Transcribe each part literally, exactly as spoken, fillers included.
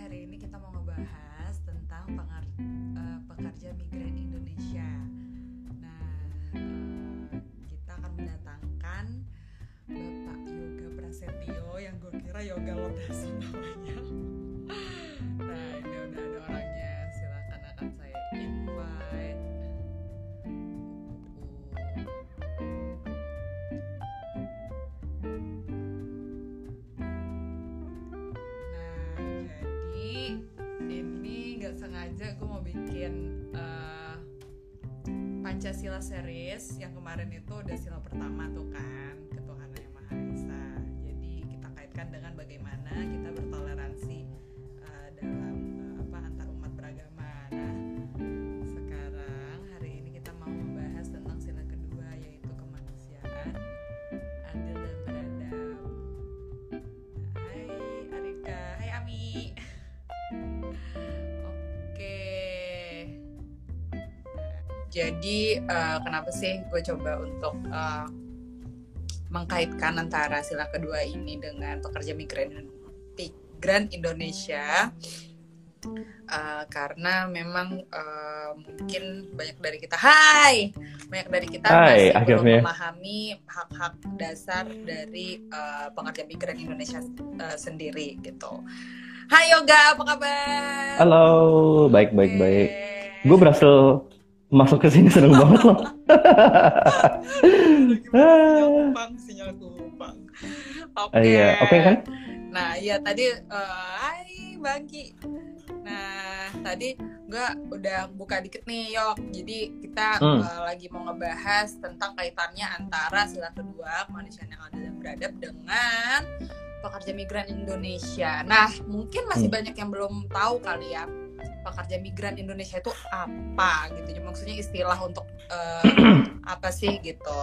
hari ini kita mau ngebahas tentang pengar- eh, pekerja migran Indonesia. Nah, eh, kita akan mendatangkan Bapak Yoga Prasetyo yang gue kira Yoga Lodasu namanya. Nah, ini udah ada orangnya. Silakan akan saya invite. Sengaja gue mau bikin uh, Pancasila series. Yang kemarin itu udah sila pertama tuh kan, ketuhanan yang Maha Esa. Jadi kita kaitkan dengan bagaimana kita bertoleransi uh, dalam uh, apa antar umat beragama. Nah, sekarang hari ini kita mau membahas tentang sila kedua, yaitu kemanusiaan adil dan beradab. Nah, hai Arika, hai Ami. Jadi uh, kenapa sih gue coba untuk uh, mengkaitkan antara sila kedua ini dengan pekerja migran migran Indonesia? Uh, karena memang uh, mungkin banyak dari kita, hai, banyak dari kita hai, masih akhirnya belum memahami hak-hak dasar dari uh, pekerja migran Indonesia uh, sendiri gitu. Hai Yoga, apa kabar? Halo, baik baik baik. Gue berhasil masuk ke sini, seneng banget loh. Sinyal kupang, sinyal kupang. Oke. Okay. Iya, oke okay, kan? Nah, iya tadi, uh, hai Bangki. Nah, tadi gue udah buka dikit nih, Yok. Jadi kita hmm. uh, lagi mau ngebahas tentang kaitannya antara sila kedua, kemanusiaan yang adil dan beradab, dengan pekerja migran Indonesia. Nah, mungkin masih hmm. banyak yang belum tahu kali ya, pekerja migran Indonesia itu apa gitu. Maksudnya istilah untuk uh, apa sih gitu.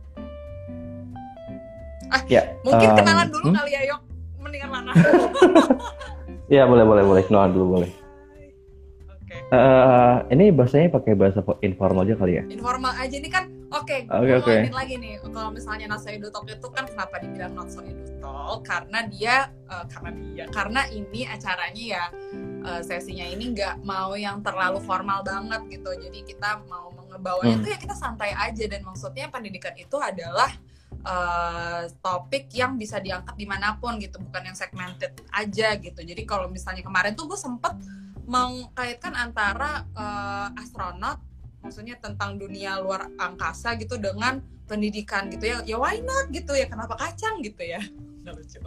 Ah, ya, mungkin um, kenalan dulu hmm? kali ya, Yok. Mendingan mana? Ya, boleh boleh boleh kenalan dulu boleh. Oke. Okay. Uh, ini bahasanya pakai bahasa informal aja kali ya? Informal aja nih kan. Oke, okay, gue okay. lagi nih. Kalau misalnya Not So Edu Talk itu kan kenapa dibilang Not So Edu Talk? Karena dia, uh, karena dia, karena ini acaranya ya uh, sesinya ini nggak mau yang terlalu formal banget gitu. Jadi kita mau ngebawanya hmm. tuh ya kita santai aja, dan maksudnya pendidikan itu adalah uh, topik yang bisa diangkat dimanapun gitu, bukan yang segmented aja gitu. Jadi kalau misalnya kemarin tuh gue sempet mengkaitkan antara uh, astronot, maksudnya tentang dunia luar angkasa gitu, dengan pendidikan gitu ya. Ya why not gitu ya, kenapa kacang gitu ya. Lucu.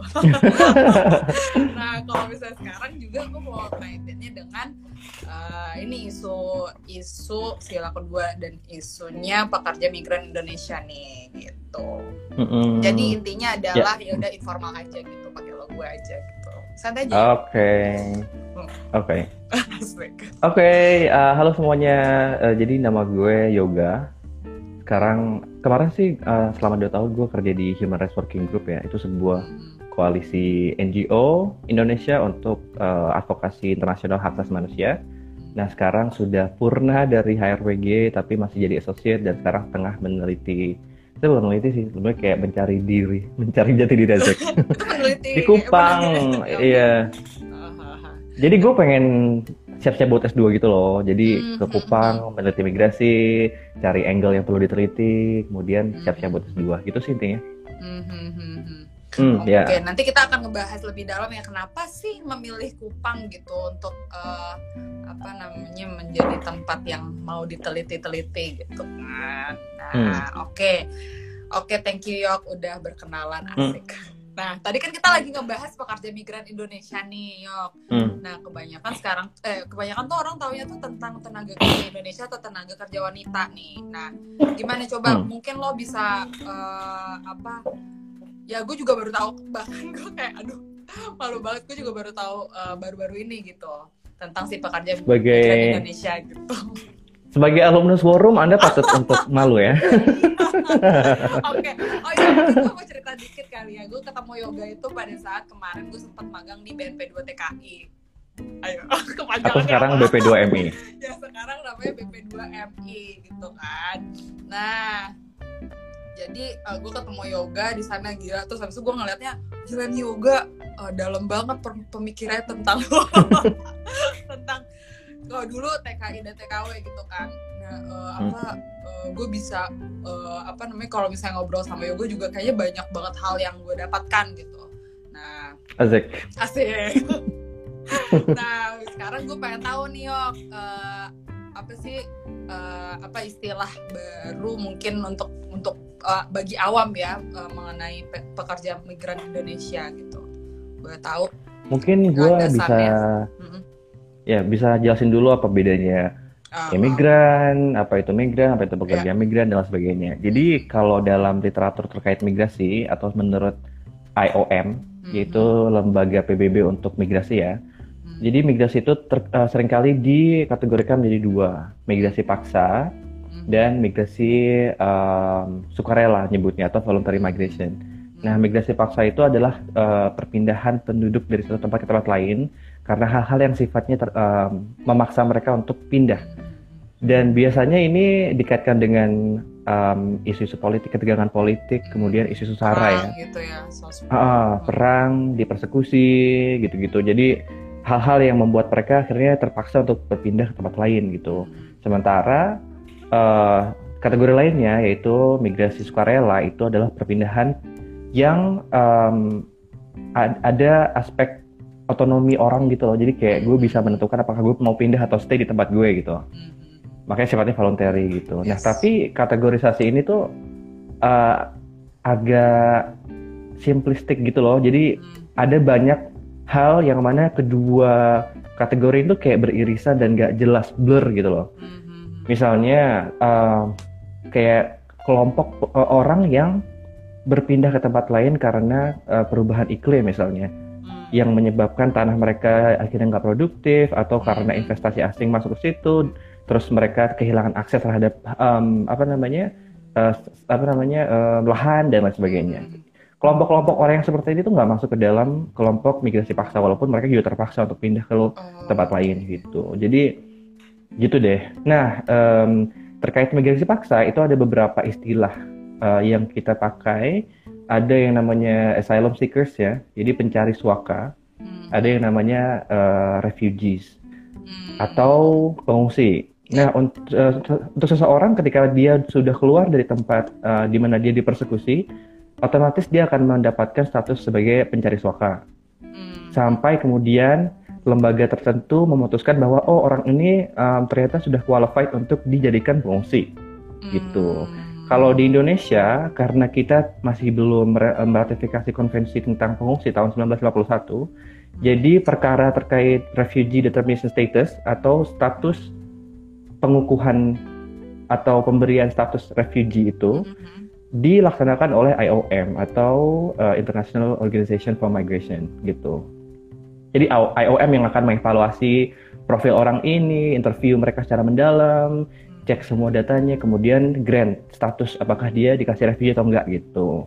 Nah, kalau misalnya sekarang juga gue mau kaitannya dengan uh, ini isu isu sila kedua dan isunya pekerja migran Indonesia nih gitu. Mm-hmm. Jadi intinya adalah yeah. ya udah informal aja gitu, pakai lo gue aja gitu. Santai aja. Oke. Oke. Oke, halo semuanya. Uh, jadi nama gue Yoga. Sekarang kemarin sih uh, selama dua tahun gue kerja di Human Rights Working Group ya. Itu sebuah koalisi N G O Indonesia untuk uh, advokasi internasional hak asasi manusia. Nah, sekarang sudah purna dari H R W G tapi masih jadi associate, dan sekarang tengah meneliti. Saya bukan meneliti sih, sebenarnya kayak mencari diri, mencari jati diri aja. Di Kupang, iya. Jadi gue pengen siap-siap buat S dua gitu loh. Jadi mm-hmm. ke Kupang, meneliti migrasi, cari angle yang perlu diteliti, kemudian mm-hmm. siap-siap buat S dua. Gitu sih intinya. Mm-hmm. Mm, Oke, yeah. okay. Nanti kita akan ngebahas lebih dalam ya, kenapa sih memilih Kupang gitu untuk uh, apa namanya menjadi tempat yang mau diteliti-teliti gitu kan. Nah, mm. oke. Okay. Oke, okay, thank you Yok udah berkenalan, asik. Mm. Nah, tadi kan kita lagi ngebahas pekerja migran Indonesia nih, Yok. Hmm. Nah, kebanyakan sekarang, eh, kebanyakan tuh orang taunya tuh tentang tenaga kerja Indonesia atau tenaga kerja wanita nih. Nah, gimana coba? Hmm. Mungkin lo bisa, uh, apa, ya gue juga baru tahu, bahkan gue kayak, aduh, malu banget, gue juga baru tahu uh, baru-baru ini gitu, tentang si pekerja Sebagai... migran Indonesia gitu. Sebagai alumnus Forum, Anda patut untuk malu ya. Oke, okay. Oh iya, mungkin gue mau cerita dikit kali ya. Gue ketemu Yoga itu pada saat kemarin gue sempat magang di B N P dua T K I. Ayo, kepanjangan. Atau sekarang B P dua M I. Ya sekarang namanya B P dua M I gitu kan. Nah, jadi uh, gue ketemu Yoga di sana gila, terus habis itu gue ngeliatnya gila nih Yoga uh, dalam banget pemikirannya tentang tentang kalau dulu T K I dan T K W gitu kan. Nah uh, apa uh, gue bisa uh, apa namanya kalau misalnya ngobrol sama Yoga juga kayaknya banyak banget hal yang gue dapatkan gitu. Nah asik asik nah sekarang gue pengen tahu nih Yok, uh, apa sih uh, apa istilah baru mungkin untuk untuk uh, bagi awam ya uh, mengenai pe- pekerja migran Indonesia gitu. Boleh tahu? Mungkin gue bisa mm-hmm. ya bisa jelasin dulu apa bedanya uh, imigran, uh, apa itu migran, apa itu pekerja yeah. migran dan sebagainya. Jadi kalau dalam literatur terkait migrasi atau menurut I O M mm-hmm. yaitu lembaga P B B untuk migrasi ya. Jadi migrasi itu ter, uh, seringkali dikategorikan menjadi dua, migrasi paksa hmm. dan migrasi um, sukarela nyebutnya atau voluntary migration. Hmm. Nah, migrasi paksa itu adalah uh, perpindahan penduduk dari satu tempat ke tempat lain karena hal-hal yang sifatnya ter, um, memaksa mereka untuk pindah. Dan biasanya ini dikaitkan dengan um, isu-isu politik, ketegangan politik, kemudian isu-isu sara ya. Gitu ya uh, perang, dipersekusi, gitu-gitu. Jadi hal-hal yang membuat mereka akhirnya terpaksa untuk berpindah ke tempat lain gitu. Sementara uh, kategori lainnya yaitu migrasi sukarela itu adalah perpindahan yang um, ad- ada aspek otonomi orang gitu loh. Jadi kayak gue bisa menentukan apakah gue mau pindah atau stay di tempat gue gitu. Makanya sifatnya voluntary gitu. Yes. Nah tapi kategorisasi ini tuh uh, agak simplistik gitu loh. Jadi ada banyak hal yang mana kedua kategori itu kayak beririsan dan gak jelas, blur gitu loh. Mm-hmm. Misalnya uh, kayak kelompok uh, orang yang berpindah ke tempat lain karena uh, perubahan iklim misalnya, mm-hmm. yang menyebabkan tanah mereka akhirnya nggak produktif atau mm-hmm. karena investasi asing masuk ke situ, terus mereka kehilangan akses terhadap um, apa namanya uh, apa namanya uh, lahan dan lain sebagainya. Mm-hmm. Kelompok-kelompok orang yang seperti ini tuh nggak masuk ke dalam kelompok migrasi paksa walaupun mereka juga terpaksa untuk pindah ke tempat lain gitu. Jadi gitu deh. Nah um, terkait migrasi paksa itu ada beberapa istilah uh, yang kita pakai. Ada yang namanya asylum seekers ya, jadi pencari suaka. Hmm. Ada yang namanya uh, refugees hmm. atau pengungsi. Nah untuk, uh, untuk seseorang ketika dia sudah keluar dari tempat uh, di mana dia dipersekusi, otomatis dia akan mendapatkan status sebagai pencari suaka. Hmm. Sampai kemudian lembaga tertentu memutuskan bahwa oh orang ini um, ternyata sudah qualified untuk dijadikan pengungsi. Hmm. Gitu. Kalau di Indonesia, karena kita masih belum meratifikasi konvensi tentang pengungsi tahun sembilan belas lima puluh satu, hmm. jadi perkara terkait refugee determination status atau status pengukuhan atau pemberian status refugee itu hmm. dilaksanakan oleh I O M atau uh, International Organization for Migration gitu. Jadi I O M yang akan mengevaluasi profil orang ini, interview mereka secara mendalam, cek semua datanya, kemudian grant status apakah dia dikasih refugee atau enggak gitu.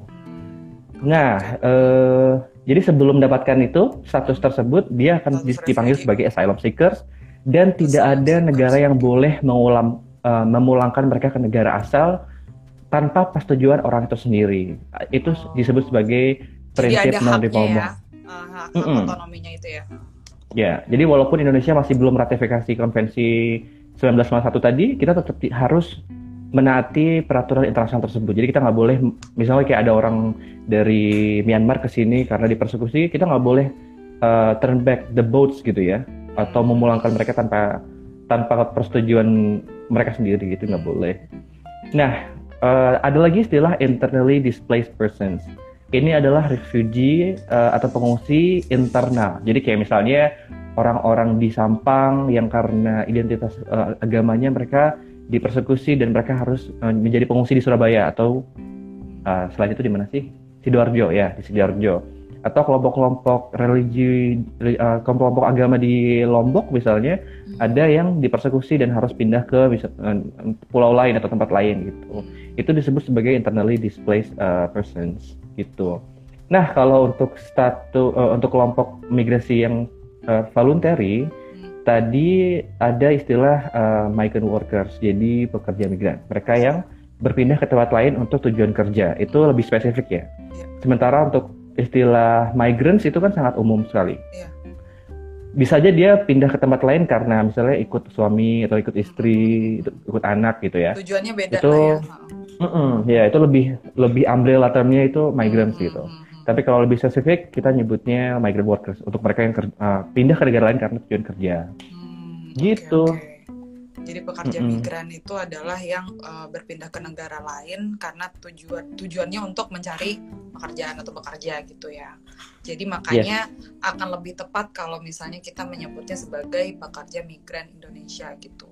Nah, uh, jadi sebelum mendapatkan itu status tersebut dia akan dipanggil sebagai asylum seekers dan tidak ada negara yang boleh mengulang, uh, memulangkan mereka ke negara asal tanpa persetujuan orang itu sendiri. Itu oh. disebut sebagai prinsip non-refoulement. Ya, uh, hak mm-hmm. otonominya itu ya. Ya, jadi walaupun Indonesia masih belum ratifikasi konvensi sembilan belas lima puluh satu tadi, kita tetap harus menaati peraturan internasional tersebut. Jadi kita nggak boleh, misalnya kayak ada orang dari Myanmar ke sini karena dipersekusi, kita nggak boleh uh, turn back the boats gitu ya, atau memulangkan mereka tanpa tanpa persetujuan mereka sendiri gitu, nggak boleh. Nah, Uh, ada lagi istilah internally displaced persons. Ini adalah refugee uh, atau pengungsi internal. Jadi kayak misalnya orang-orang di Sampang yang karena identitas uh, agamanya mereka dipersekusi dan mereka harus uh, menjadi pengungsi di Surabaya atau uh, selain itu di mana sih? Sidoarjo ya, di Sidoarjo. Atau kelompok-kelompok religi, uh, kelompok-kelompok agama di Lombok misalnya, hmm. ada yang dipersekusi dan harus pindah ke misal, uh, pulau lain atau tempat lain gitu. Itu disebut sebagai internally displaced uh, persons gitu. Nah kalau untuk status uh, untuk kelompok migrasi yang uh, voluntary hmm. tadi ada istilah uh, migrant workers, jadi pekerja migran. Mereka yang berpindah ke tempat lain untuk tujuan kerja. Itu lebih spesifik ya. Yeah. Sementara untuk istilah migrants itu kan sangat umum sekali. Yeah. Bisa aja dia pindah ke tempat lain karena misalnya ikut suami atau ikut istri, mm-hmm. ikut anak gitu ya. Tujuannya beda itu, lah ya. Uh-uh, ya itu lebih lebih umbrella termnya itu migrants mm-hmm. gitu. Tapi kalau lebih spesifik kita nyebutnya migrant workers untuk mereka yang ker- uh, pindah ke negara lain karena tujuan kerja. Hmm, gitu. Okay, okay. Jadi pekerja mm-hmm. migran itu adalah yang uh, berpindah ke negara lain karena tujuan tujuannya untuk mencari pekerjaan atau bekerja gitu ya. Jadi makanya yes. akan lebih tepat kalau misalnya kita menyebutnya sebagai pekerja migran Indonesia gitu.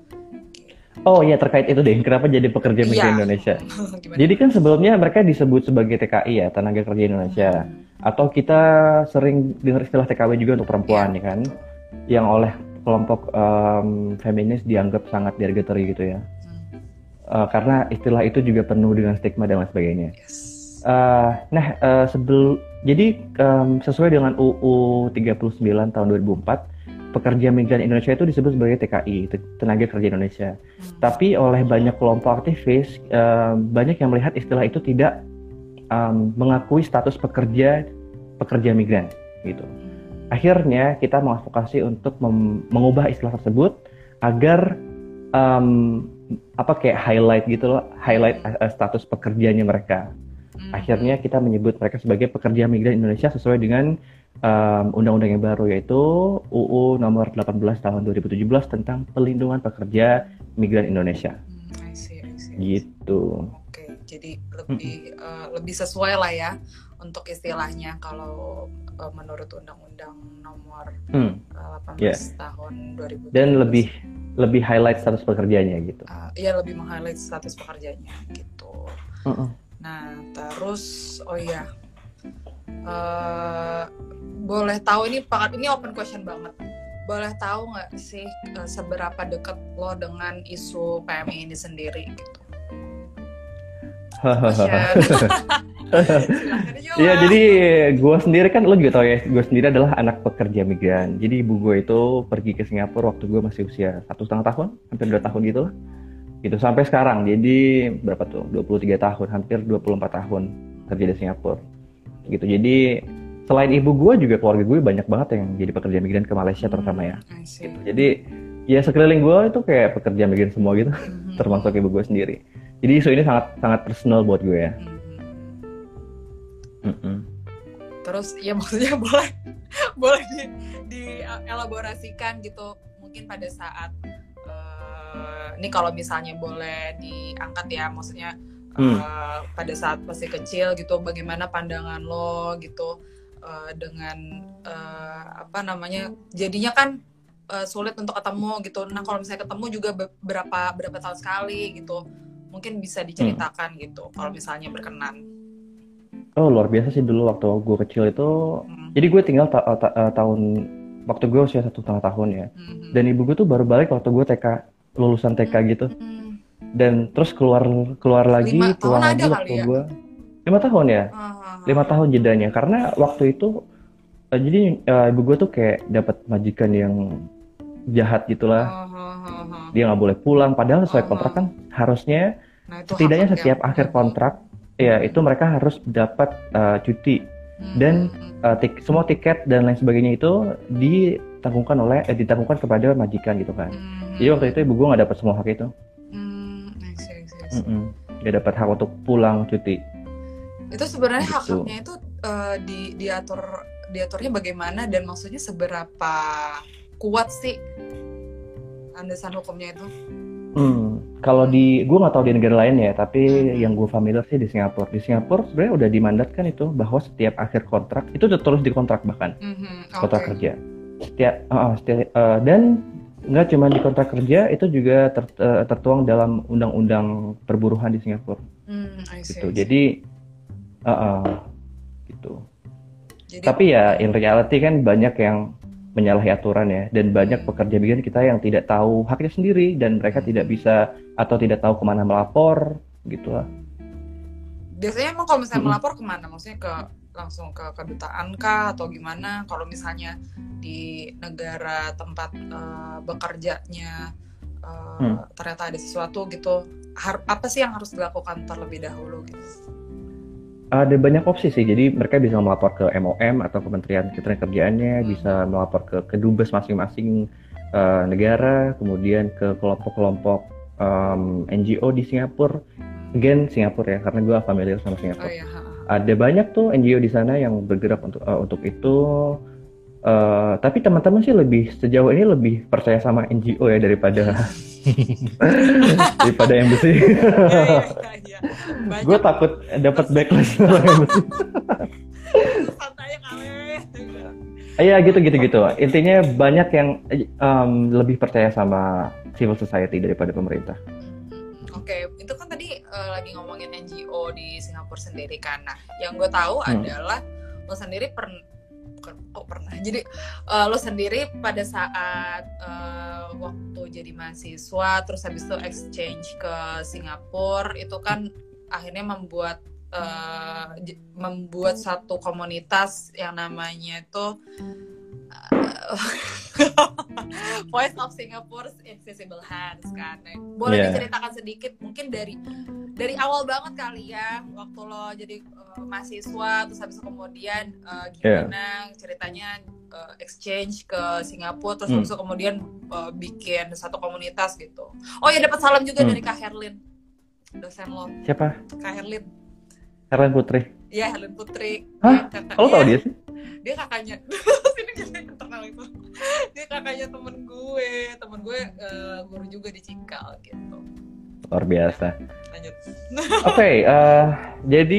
Oh iya, terkait itu deh, kenapa jadi pekerja migran iya. Indonesia? Jadi kan sebelumnya mereka disebut sebagai T K I ya, tenaga kerja Indonesia. Hmm. Atau kita sering dengar istilah T K W juga untuk perempuan ya, ya kan, yang oleh kelompok um, feminis dianggap sangat derogatory gitu ya. Hmm. Uh, karena istilah itu juga penuh dengan stigma dan lain sebagainya. Yes. Uh, nah, uh, sebelum jadi um, sesuai dengan U U tiga puluh sembilan tahun dua ribu empat, pekerja migran Indonesia itu disebut sebagai T K I, tenaga kerja Indonesia. Hmm. Tapi oleh banyak kelompok aktivis, um, banyak yang melihat istilah itu tidak um, mengakui status pekerja pekerja migran, gitu. Akhirnya kita mengadvokasi untuk mem- mengubah istilah tersebut agar um, apa kayak highlight gitu loh, highlight uh, status pekerjanya mereka. Akhirnya kita menyebut mereka sebagai pekerja migran Indonesia sesuai dengan um, undang-undang yang baru, yaitu U U nomor delapan belas tahun dua ribu tujuh belas tentang pelindungan pekerja migran Indonesia. Hmm, I see, I see. Gitu. Oke, okay, jadi lebih hmm. uh, lebih sesuai lah ya untuk istilahnya kalau uh, menurut undang-undang nomor hmm. uh, delapan belas yeah. tahun dua ribu tujuh belas. Dan lebih lebih highlight status pekerjanya gitu. Uh, iya, lebih meng-highlight status pekerjanya gitu. Uh-uh. Nah, terus oh iya, uh, boleh tahu ini Pak, ini open question banget. Boleh tahu nggak sih uh, seberapa dekat lo dengan isu P M I ini sendiri gitu? Iya, jadi gue sendiri kan, lo juga tahu ya, gue sendiri adalah anak pekerja migran. Jadi ibu gue itu pergi ke Singapura waktu gue masih usia satu setengah tahun, hampir dua tahun gitu lah. Gitu sampai sekarang, jadi berapa tuh, dua puluh tiga tahun, hampir dua puluh empat tahun kerja di Singapura gitu. Jadi selain ibu gue juga keluarga gue banyak banget yang jadi pekerja migran ke Malaysia terutama ya gitu. Jadi ya sekeliling gue itu kayak pekerja migran semua gitu, mm-hmm. termasuk ibu gue sendiri. Jadi isu ini sangat sangat personal buat gue ya. Mm-hmm. Mm-hmm. Terus ya maksudnya boleh boleh di, dielaborasikan gitu mungkin pada saat Uh, ini kalau misalnya boleh diangkat ya, maksudnya uh, hmm. pada saat masih kecil gitu, bagaimana pandangan lo gitu uh, dengan uh, apa namanya, jadinya kan uh, sulit untuk ketemu gitu. Nah kalau misalnya ketemu juga berapa berapa tahun sekali gitu, mungkin bisa diceritakan hmm. gitu kalau misalnya berkenan. Oh luar biasa sih dulu waktu gue kecil itu, hmm. jadi gue tinggal ta- ta- tahun waktu gue usia satu setengah tahun ya, hmm. dan ibu gue tuh baru balik waktu gue T K, lulusan T K gitu, mm. dan terus keluar keluar lagi pulang lagi waktu ya? Gue lima tahun ya, uh-huh. lima tahun jedanya karena waktu itu uh, jadi uh, ibu gue tuh kayak dapat majikan yang jahat gitulah, uh-huh. dia nggak boleh pulang padahal sesuai uh-huh. kontrak kan harusnya nah, setidaknya setiap ya. akhir kontrak ya itu mereka harus dapat uh, cuti uh-huh. dan uh, tik- semua tiket dan lain sebagainya itu ditanggungan oleh eh, ditanggungan kepada majikan gitu kan. Uh-huh. Jadi waktu itu ibu gue nggak dapat semua hak itu, hmm, nggak dapat hak untuk pulang cuti. Itu sebenarnya gitu. Hak-haknya itu uh, di diatur diaturnya bagaimana dan maksudnya seberapa kuat sih landasan hukumnya itu? Hmm, kalau di gue nggak tahu di negara lain ya, tapi hmm. yang gue familiar sih di Singapura. Di Singapura sebenarnya udah dimandatkan itu bahwa setiap akhir kontrak itu udah terus di kontrak bahkan hmm, okay. kontrak kerja. Setiap, uh, setiap uh, dan nggak cuma di kontrak kerja, itu juga ter, uh, tertuang dalam undang-undang perburuhan di Singapura. Hmm, I see, gitu. I see. Jadi, uh, uh, gitu. Jadi, tapi ya in reality kan banyak yang menyalahi aturan ya, dan banyak hmm. pekerja migran kita yang tidak tahu haknya sendiri dan mereka hmm. tidak bisa atau tidak tahu kemana melapor, gitu lah. Biasanya emang kalau misalnya hmm. melapor kemana? Maksudnya ke langsung ke kedutaan kah atau gimana? Kalau misalnya di negara tempat uh, bekerjanya uh, hmm. ternyata ada sesuatu gitu, har- apa sih yang harus dilakukan terlebih dahulu gitu? Ada banyak opsi sih, jadi mereka bisa melapor ke M O M atau Kementerian Ketenagakerjaannya, hmm. bisa melapor ke kedubes masing-masing uh, negara, kemudian ke kelompok-kelompok um, N G O di Singapura, again Singapura ya, karena gue familiar sama Singapura. Oh, iya. Ada banyak tuh N G O di sana yang bergerak untuk uh, untuk itu. Uh, tapi teman-teman sih lebih sejauh ini lebih percaya sama N G O ya daripada daripada embassy. Ya, ya, ya. Gue takut dapat backlash sama embassy. Santai kali. Iya gitu gitu gitu. Intinya banyak yang um, lebih percaya sama civil society daripada pemerintah. Oke, itu kan tadi uh, lagi ngomongin N G O di Singapura sendiri kan. Nah, yang gue tahu hmm. adalah lo sendiri pernah kok pernah. Jadi uh, lo sendiri pada saat uh, waktu jadi mahasiswa, terus habis itu exchange ke Singapura, itu kan akhirnya membuat uh, j- membuat satu komunitas yang namanya itu uh, Voice of Singapore's Invisible Hands kan. Boleh yeah. diceritakan sedikit mungkin dari dari awal banget kali ya, waktu lo jadi uh, mahasiswa, terus habis itu kemudian uh, gimana yeah. ceritanya uh, exchange ke Singapura, terus hmm. habis itu kemudian uh, bikin satu komunitas gitu. Oh ya, dapat salam juga hmm. dari Kak Herlin, dosen lo. Siapa? Kak Herlin. Herlin Putri. Iya, Herlin Putri. Hah? Lo tau dia sih? Dia kakaknya. Sini jadi kenal itu. Dia kakaknya temen gue, temen gue uh, guru juga di Cikal gitu. Luar biasa. Lanjut. Oke, okay, uh, jadi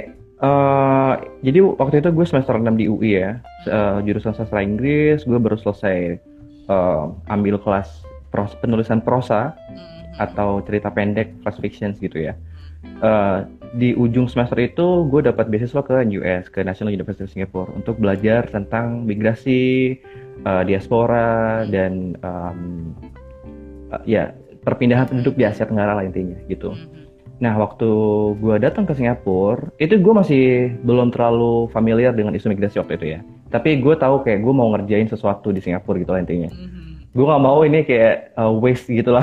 uh, jadi waktu itu gue semester enam di U I ya, uh, jurusan sastra Inggris. Gue baru selesai uh, ambil kelas pros, penulisan prosa mm-hmm. atau cerita pendek, flash fiction gitu ya. Uh, di ujung semester itu gue dapat beasiswa ke U S, ke National University of Singapore untuk belajar tentang migrasi, uh, diaspora dan um, uh, ya perpindahan penduduk di Asia Tenggara lah intinya gitu. Nah waktu gue datang ke Singapura itu gue masih belum terlalu familiar dengan isu migrasi waktu itu ya. Tapi gue tahu kayak gue mau ngerjain sesuatu di Singapura gitu lah intinya. Gue nggak mau ini kayak uh, waste gitulah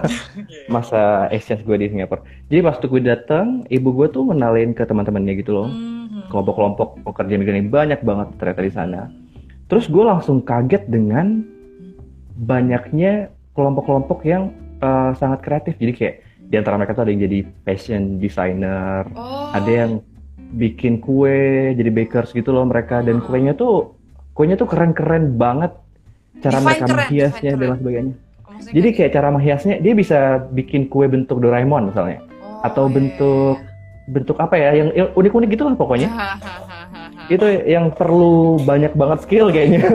masa exchange gue di Singapura. Jadi pas gue datang, ibu gue tuh kenalin ke teman-temannya gitu loh, mm-hmm. kelompok-kelompok pekerja migran yang banyak banget ternyata di sana. Terus gue langsung kaget dengan banyaknya kelompok-kelompok yang uh, sangat kreatif. Jadi kayak di antara mereka tuh ada yang jadi fashion designer, oh. ada yang bikin kue, jadi bakers gitu loh mereka. Dan kuenya tuh kuenya tuh keren-keren banget. Cara define mereka keren, menghiasnya dan lain sebagainya. Oh, jadi kayak cara menghiasnya dia bisa bikin kue bentuk Doraemon misalnya, oh, atau yeah. bentuk bentuk apa ya yang unik-unik gitu lah pokoknya. Itu yang perlu banyak banget skill kayaknya.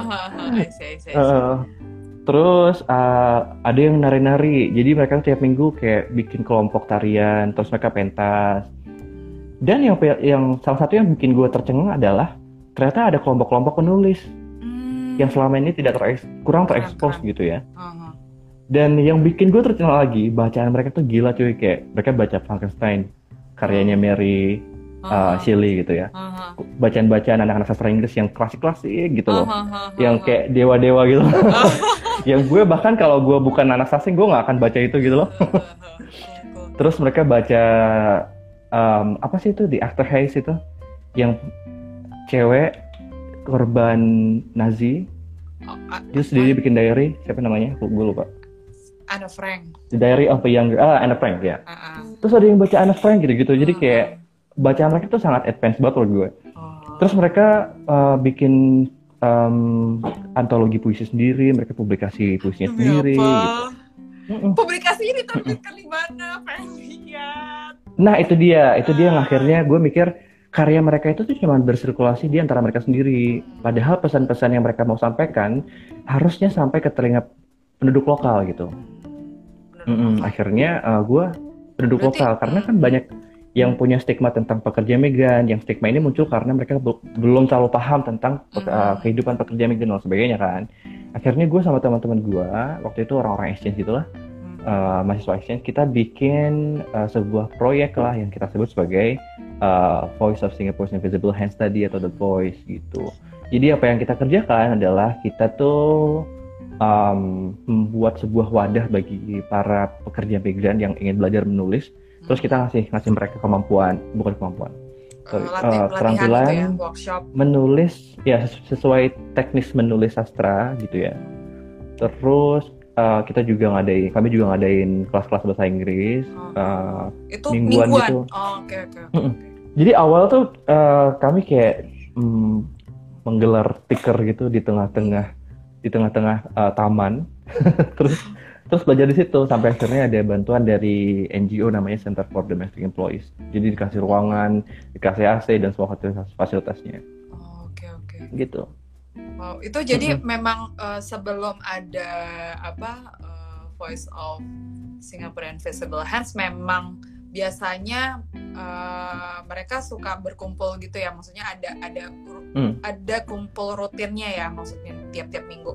uh, terus uh, ada yang nari-nari, jadi mereka tiap minggu kayak bikin kelompok tarian, terus mereka pentas. Dan yang yang salah satu yang bikin gue tercengang adalah ternyata ada kelompok-kelompok penulis yang selama ini tidak tereks, kurang terekspos gitu ya. Uh-huh. Dan yang bikin gue terkenal lagi, bacaan mereka tuh gila cuy, kayak mereka baca Frankenstein, karyanya Mary uh-huh. uh, Shelley gitu ya. Uh-huh. Bacaan-bacaan anak-anak sastra Inggris yang klasik-klasik gitu loh, uh-huh. yang kayak dewa-dewa gitu. Uh-huh. Yang gue bahkan kalau gue bukan anak sastra, gue nggak akan baca itu gitu loh. Uh-huh. Terus mereka baca um, apa sih itu di Arthur Hayes itu, yang cewek korban Nazi, oh, uh, terus dia bikin diary, siapa namanya? Gue lupa. Anne Frank. The Diary of a Young Girl, ah Anne Frank ya. Uh-uh. Terus ada yang baca Anne Frank gitu-gitu, uh-uh. jadi kayak bacaan mereka tuh sangat advance banget menurut gue. Uh-uh. Terus mereka uh, bikin um, antologi puisi sendiri, mereka publikasi puisinya Demi sendiri. Apa? Gitu. Publikasi ini terbitkan di mana? Pengen lihat. Nah itu dia, itu dia yang akhirnya gue mikir karya mereka itu tuh cuma bersirkulasi di antara mereka sendiri. Padahal pesan-pesan yang mereka mau sampaikan harusnya sampai ke telinga penduduk lokal gitu. Mm-mm, akhirnya uh, gue penduduk Berarti, lokal karena kan banyak yang punya stigma tentang pekerja migran. Yang stigma ini muncul karena mereka be- belum terlalu paham tentang pe- uh, kehidupan pekerja migran dan sebagainya kan. Akhirnya gue sama teman-teman gue waktu itu orang-orang exchange gitulah. Uh, mahasiswa exchange, kita bikin uh, sebuah proyek lah yang kita sebut sebagai uh, Voice of Singapore's Invisible Hands tadi atau The Voice gitu. Jadi apa yang kita kerjakan adalah kita tuh um, membuat sebuah wadah bagi para pekerja migran yang ingin belajar menulis. Hmm. Terus kita ngasih ngasih mereka kemampuan, bukan kemampuan, sorry, Latih, uh, keterampilan gitu ya, workshop. Menulis ya sesuai teknis menulis sastra gitu ya. Terus uh, kita juga ngadain, kami juga ngadain kelas-kelas bahasa Inggris. Oh. Uh, itu mingguan, mingguan gitu. Oh, oke okay, oke. Okay, okay. Jadi awal tuh uh, kami kayak mm, menggelar stiker gitu di tengah-tengah di tengah-tengah uh, taman. terus terus belajar di situ sampai akhirnya ada bantuan dari N G O namanya Center for Domestic Employees. Jadi dikasih ruangan, dikasih A C dan semua fasilitas-fasilitasnya. Oh, oke okay, oke. Okay. Gitu. Wow, itu jadi mm-hmm. memang uh, sebelum ada apa uh, Voice of Singapore Invisible Hands memang biasanya uh, mereka suka berkumpul gitu ya, maksudnya ada ada mm. ada kumpul rutinnya ya, maksudnya tiap-tiap minggu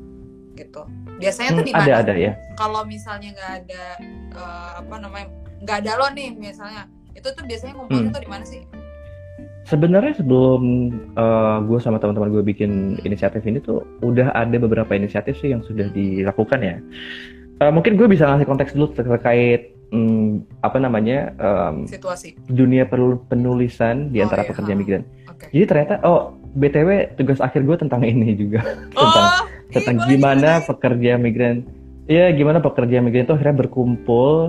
gitu. Biasanya mm, tuh di mana? Ada ada ya. Kalau misalnya nggak ada uh, apa namanya nggak ada lo nih misalnya, itu tuh biasanya kumpulnya mm. tuh di mana sih? Sebenarnya sebelum uh, gue sama teman-teman gue bikin inisiatif ini tuh udah ada beberapa inisiatif sih yang sudah dilakukan ya. Uh, mungkin gue bisa ngasih konteks dulu terkait um, apa namanya um, situasi dunia penulisan di antara oh, iya. pekerja migran. Okay. Jadi ternyata oh B T W tugas akhir gue tentang ini juga oh, tentang iya, tentang gimana gimana? pekerja migran, ya gimana pekerja migran itu akhirnya berkumpul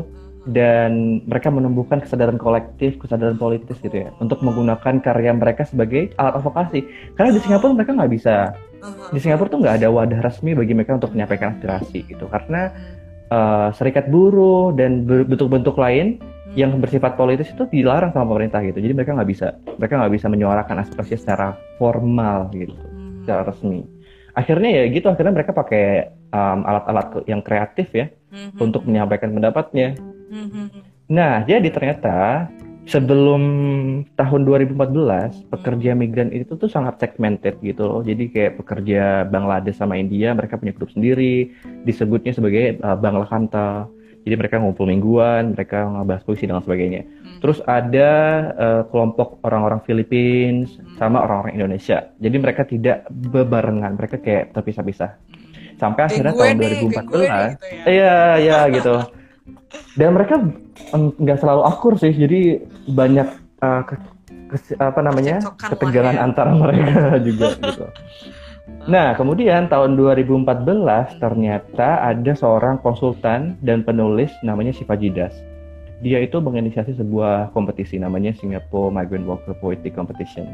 dan mereka menumbuhkan kesadaran kolektif, kesadaran politis gitu ya, untuk menggunakan karya mereka sebagai alat advokasi. Karena di Singapura mereka nggak bisa, di Singapura tuh nggak ada wadah resmi bagi mereka untuk menyampaikan aspirasi gitu. Karena uh, serikat buruh dan bentuk-bentuk lain yang bersifat politis itu dilarang sama pemerintah gitu. Jadi mereka nggak bisa, mereka nggak bisa menyuarakan aspirasi secara formal gitu, secara resmi. Akhirnya ya gitu, akhirnya mereka pakai um, alat-alat yang kreatif ya mm-hmm. untuk menyampaikan pendapatnya. Mm-hmm. Nah, jadi ternyata sebelum tahun dua ribu empat belas pekerja migran itu tuh sangat segmented gitu loh. Jadi kayak pekerja Bangladesh sama India mereka punya grup sendiri, disebutnya sebagai uh, Bangla Kanta. Jadi mereka ngumpul mingguan, mereka ngebahas puisi dan sebagainya. Hmm. Terus ada uh, kelompok orang-orang Philippines hmm. sama orang-orang Indonesia. Jadi mereka tidak bebarengan, mereka kayak terpisah-pisah. Hmm. Sampai akhirnya tahun dua ribu empat belas, iya gitu ya gitu. Dan mereka nggak selalu akur sih, jadi banyak uh, ke, ke, apa namanya ketegangan ya. Antara mereka juga gitu. Nah, kemudian tahun dua ribu empat belas ternyata ada seorang konsultan dan penulis namanya Siva Jidas. Dia itu menginisiasi sebuah kompetisi namanya Singapore Migrant Worker Poetry Competition.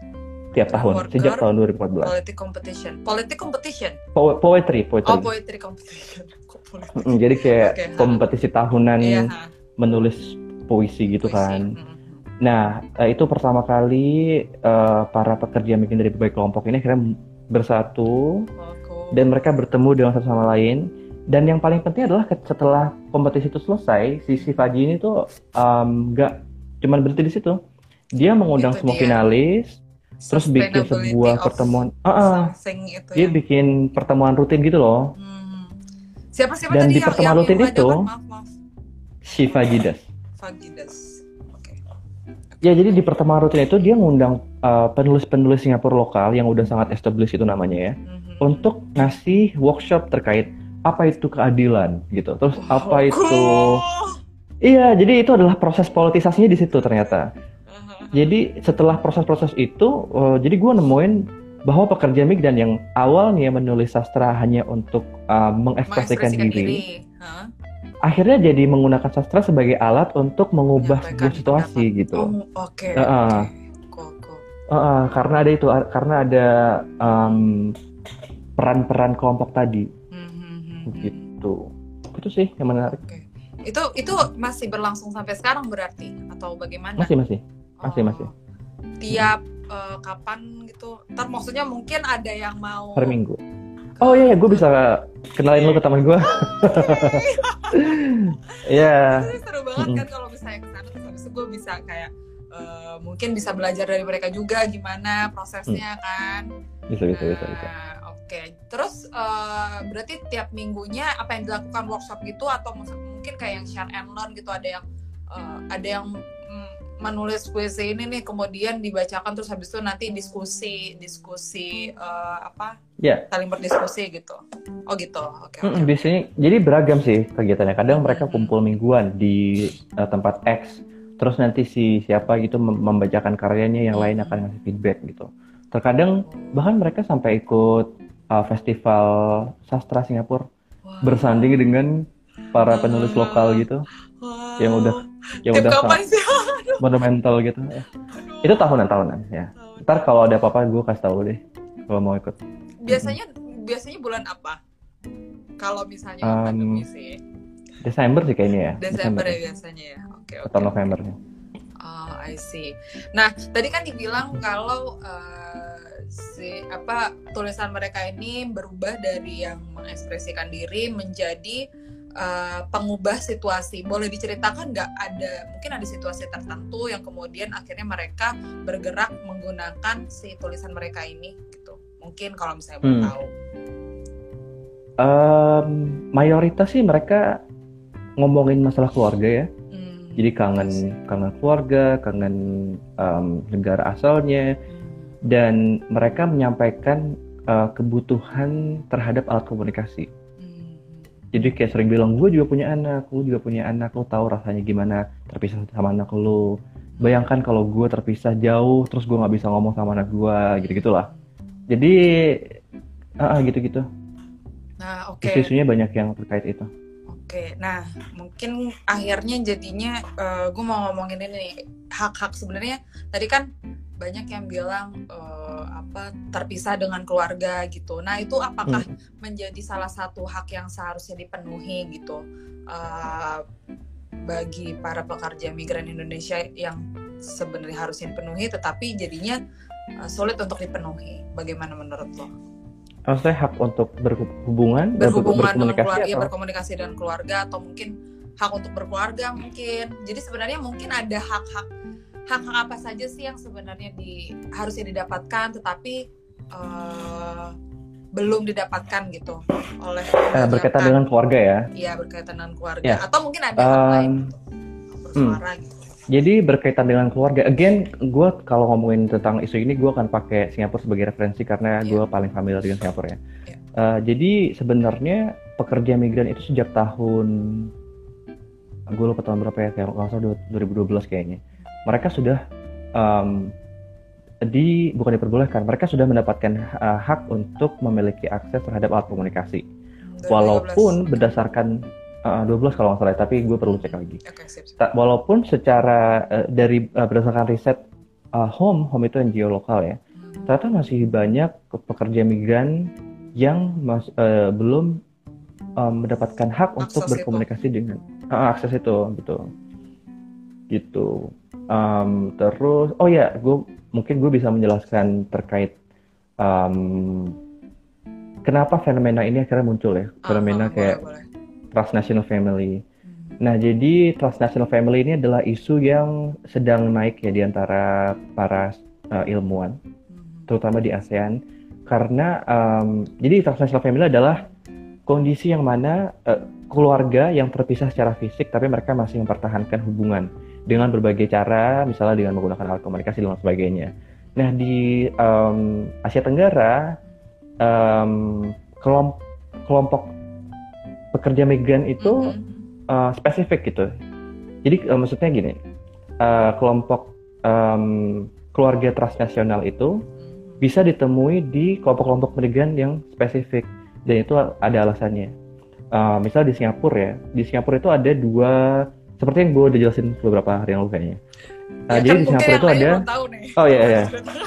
Tiap tahun, Worker, sejak tahun dua ribu empat belas. Poetry Competition. Poetry Competition? Po- poetry, poetry. Oh, Poetry Competition. Mm, jadi kayak okay, kompetisi tahunan iya, menulis puisi gitu puisi. kan. Hmm. Nah, itu pertama kali uh, para pekerja migran dari berbagai kelompok ini akhirnya bersatu oh, cool. dan mereka bertemu dengan satu sama lain. Dan yang paling penting adalah setelah kompetisi itu selesai, si Sivaji ini tuh um, gak cuma berhenti di situ. Dia mengundang itu semua dia. finalis, terus bikin sebuah pertemuan. Uh-uh, itu dia ya. bikin pertemuan rutin gitu loh. Hmm. Siapa-siapa dan tadi di pertemuan yang, rutin yang itu, maaf, maaf. Siva Jidas. Fajidas. Oke. Okay. Ya, jadi di pertemuan rutin itu dia ngundang uh, penulis-penulis Singapura lokal yang udah sangat established itu namanya ya, mm-hmm. untuk ngasih workshop terkait apa itu keadilan gitu. Terus oh, apa itu cool. Iya, jadi itu adalah proses politisasinya di situ ternyata. Uh-huh. Jadi setelah proses-proses itu, uh, jadi gue nemuin bahwa pekerja migran yang awalnya menulis sastra hanya untuk uh, mengekspresikan diri, diri. Huh? akhirnya jadi menggunakan sastra sebagai alat untuk mengubah sebuah situasi pendapat. gitu. Oh, Oke. Okay, uh, okay. cool, cool. uh, uh, karena ada itu, karena ada um, peran-peran kelompok tadi, mm-hmm. gitu. Itu sih yang menarik. Okay. Itu itu masih berlangsung sampai sekarang berarti atau bagaimana? Masih masih, masih oh, masih. Tiap uh, kapan gitu? Ntar maksudnya mungkin ada yang mau. Per minggu. Oh iya, ya, gue bisa kenalin lu ke teman gue. Iya. Yeah. Seru banget kan kalau misalnya kesana terus habis itu gue bisa kayak uh, mungkin bisa belajar dari mereka juga gimana prosesnya hmm. kan. Bisa bisa bisa. Nah, bisa. Oke. Okay. Terus uh, berarti tiap minggunya apa yang dilakukan workshop gitu atau mungkin kayak yang share and learn gitu, ada yang uh, ada yang mm, menulis puisi ini nih kemudian dibacakan terus habis itu nanti diskusi diskusi uh, apa yeah. saling berdiskusi gitu. Oh gitu. Oke. Mm-mm, oke. biasanya jadi beragam sih kegiatannya. Kadang mereka kumpul mingguan di uh, tempat X, terus nanti si siapa gitu mem- membacakan karyanya, yang lain akan ngasih feedback gitu. Terkadang bahkan mereka sampai ikut uh, festival sastra Singapura, Wow. bersanding dengan para penulis lokal gitu, Wow. yang udah yang Tiap udah kapan sangat sih? Aduh. monumental gitu. Ya. Itu tahunan-tahunan ya. Ntar kalau ada apa-apa gue kasih tahu deh kalau mau ikut. Biasanya biasanya bulan apa? Kalau misalnya Um, pandemi sih. Desember sih kayaknya ya. Desember ya ya. biasanya ya. Oke oke. Atau November ya. Oh, I see. Nah, tadi kan dibilang kalau uh, si apa tulisan mereka ini berubah dari yang mengekspresikan diri menjadi uh, pengubah situasi. Boleh diceritakan nggak, ada mungkin ada situasi tertentu yang kemudian akhirnya mereka bergerak menggunakan si tulisan mereka ini gitu. Mungkin kalau misalnya mau Hmm. tahu. Um, mayoritas sih mereka ngomongin masalah keluarga ya. Hmm, Jadi kangen I see. kangen keluarga, kangen um, negara asalnya, dan mereka menyampaikan uh, kebutuhan terhadap alat komunikasi. Hmm. Jadi kayak sering bilang, gue juga punya anak, lu juga punya anak, lu tahu rasanya gimana terpisah sama anak lu. Bayangkan kalau gue terpisah jauh, terus gue nggak bisa ngomong sama anak gue, gitu-gitulah. Jadi, ah uh, gitu-gitu. Nah, oke. Isu-isunya banyak yang terkait itu. Oke, nah mungkin akhirnya jadinya uh, gue mau ngomongin ini nih, hak-hak sebenarnya tadi kan banyak yang bilang uh, apa terpisah dengan keluarga gitu. Nah itu apakah hmm. menjadi salah satu hak yang seharusnya dipenuhi gitu uh, bagi para pekerja migran Indonesia yang sebenarnya harusnya dipenuhi, tetapi jadinya uh, sulit untuk dipenuhi. Bagaimana menurut lo? Maksudnya hak untuk berhubungan, berhubungan berkomunikasi dengan keluarga, atau? Ya, berkomunikasi dengan keluarga, atau mungkin hak untuk berkeluarga mungkin. Jadi sebenarnya mungkin ada hak-hak hak-hak apa saja sih yang sebenarnya di harusnya didapatkan tetapi uh, belum didapatkan gitu oleh eh, berkaitan dengan keluarga ya? Iya, berkaitan dengan keluarga. Ya. Atau mungkin ada um, hal lain gitu, bersuara hmm. gitu. Jadi berkaitan dengan keluarga, again, gue kalau ngomongin tentang isu ini, gue akan pakai Singapura sebagai referensi karena yeah. gue paling familiar dengan Singapura ya. Yeah. Uh, jadi sebenarnya pekerja migran itu sejak tahun, gue lupa tahun berapa ya, kayak nggak salah dua ribu dua belas kayaknya. Mereka sudah um, di bukan diperbolehkan, mereka sudah mendapatkan uh, hak untuk memiliki akses terhadap alat komunikasi, walaupun berdasarkan Uh, dua belas kalau nggak salah, tapi gue perlu cek lagi. Okay, sip, sip. Ta- walaupun secara uh, dari uh, berdasarkan riset uh, home, home itu N G O lokal ya, hmm. ternyata masih banyak pekerja migran yang mas, uh, belum um, mendapatkan hak akses untuk berkomunikasi itu. dengan uh, akses itu, betul. Gitu. Um, terus, oh ya, gue mungkin gue bisa menjelaskan terkait um, kenapa fenomena ini akhirnya muncul ya, fenomena uh, kayak boleh, boleh. transnational family. Hmm. Nah, jadi transnational family ini adalah isu yang sedang naik ya di antara para uh, ilmuwan, hmm. terutama di ASEAN. Karena um, jadi transnational family adalah kondisi yang mana uh, keluarga yang terpisah secara fisik, tapi mereka masih mempertahankan hubungan dengan berbagai cara, misalnya dengan menggunakan alat komunikasi dan sebagainya. Nah, di um, Asia Tenggara, um, kelompok, kelompok pekerja migran itu mm-hmm. uh, spesifik gitu. Jadi uh, maksudnya gini, uh, kelompok um, keluarga transnasional itu bisa ditemui di kelompok-kelompok migran yang spesifik, dan itu ada alasannya. Uh, misal di Singapura ya, di Singapura itu ada dua, seperti yang gue udah jelasin beberapa hari yang lalu kayaknya. Uh, ya, jadi kan di Singapura itu ada, oh iya iya.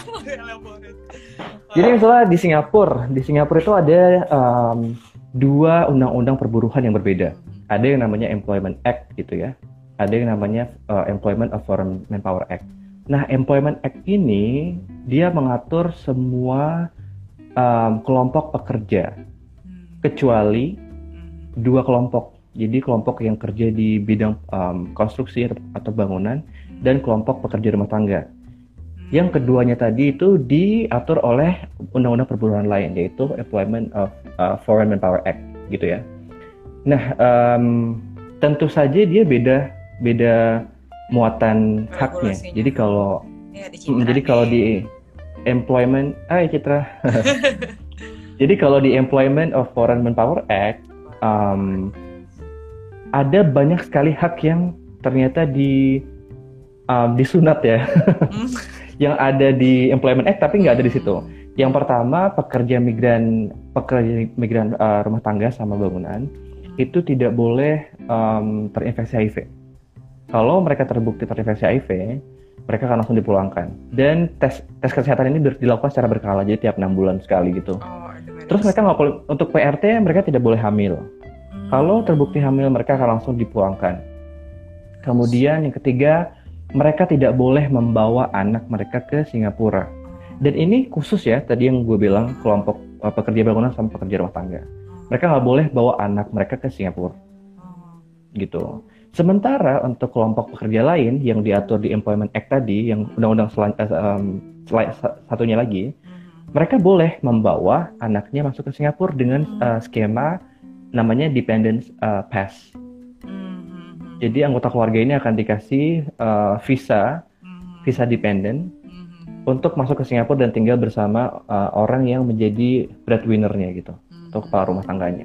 Jadi misalnya di Singapura, di Singapura itu ada um, dua undang-undang perburuhan yang berbeda. Ada yang namanya Employment Act gitu ya. Ada yang namanya uh, Employment of Foreign Manpower Act. Nah, Employment Act ini dia mengatur semua um, kelompok pekerja kecuali dua kelompok. Jadi kelompok yang kerja di bidang um, konstruksi atau bangunan dan kelompok pekerja rumah tangga. Yang keduanya tadi itu diatur oleh undang-undang perburuhan lain, yaitu Employment of uh, Foreign Manpower Act, gitu ya. Nah, um, tentu saja dia beda beda muatan haknya. Jadi kalau ya, mm, jadi kalau di employment, ah Citra. Jadi kalau di Employment of Foreign Manpower Act, um, ada banyak sekali hak yang ternyata di um, disunat ya, yang ada di Employment Act tapi nggak ada di situ. Yang pertama, pekerja migran, pekerja migran uh, rumah tangga sama bangunan itu tidak boleh um, terinfeksi H I V. Kalau mereka terbukti terinfeksi H I V, mereka akan langsung dipulangkan. Dan tes tes kesehatan ini dilakukan secara berkala, jadi tiap enam bulan sekali gitu. Oh, terus mereka nggak boleh, untuk P R T mereka tidak boleh hamil. Hmm. Kalau terbukti hamil, mereka akan langsung dipulangkan. Kemudian yang ketiga, mereka tidak boleh membawa anak mereka ke Singapura. Dan ini khusus ya, tadi yang gue bilang kelompok uh, pekerja bangunan sama pekerja rumah tangga. Mereka nggak boleh bawa anak mereka ke Singapura. Gitu. Sementara untuk kelompok pekerja lain yang diatur di Employment Act tadi, yang undang-undang selan, um, selai, satunya lagi, mm-hmm. mereka boleh membawa anaknya masuk ke Singapura dengan uh, skema namanya Dependent uh, Pass. Mm-hmm. Jadi anggota keluarga ini akan dikasih uh, visa, mm-hmm. visa dependent, mm-hmm. untuk masuk ke Singapura dan tinggal bersama uh, orang yang menjadi breadwinner-nya gitu, mm-hmm. atau kepala rumah tangganya.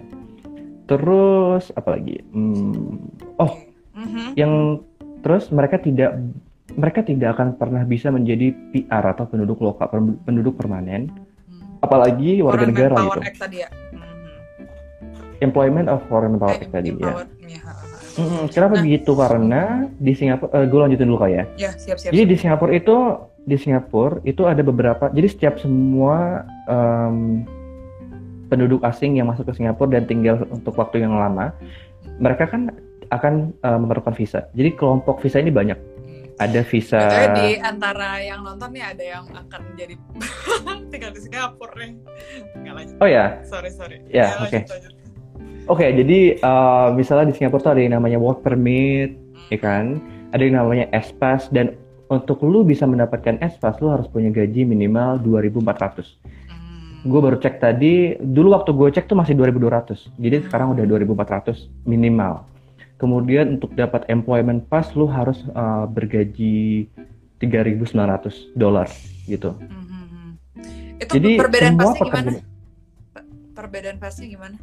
Terus apa lagi? Hmm, oh. Mm-hmm. Yang terus mereka tidak mereka tidak akan pernah bisa menjadi P R atau penduduk lokal, penduduk permanen, mm-hmm. apalagi warga Foreign negara gitu. Tadi ya? Mm-hmm. Employment of Foreign Manpower Act tadi ya. ya. Mm-hmm. Kenapa nah, begitu? Karena di Singapura, uh, gue lanjutin dulu kak ya. Ya siap siap. Jadi siap. di Singapura itu di Singapura itu ada beberapa. Jadi setiap semua um, penduduk asing yang masuk ke Singapura dan tinggal untuk waktu yang lama, mereka kan akan uh, memerlukan visa. Jadi kelompok visa ini banyak. Ada visa. Betul, di antara yang nonton nih ada yang akan jadi tinggal di Singapura nih. Nggak lanjut. Oh ya. Sorry sorry. Ya, ya oke. Oke, okay, jadi uh, misalnya di Singapura tuh ada yang namanya work permit, hmm. ya kan? Ada yang namanya S Pass, dan untuk lu bisa mendapatkan S Pass lu harus punya gaji minimal dua ribu empat ratus. Hmm. Gue baru cek tadi, dulu waktu gue cek tuh masih dua ribu dua ratus. Jadi hmm. sekarang udah dua ribu empat ratus minimal. Kemudian untuk dapat employment pass lu harus uh, bergaji tiga ribu sembilan ratus dolar gitu. Mm-hmm. Itu jadi perbedaan semua pasnya pekerja... gimana? Perbedaan pasnya gimana?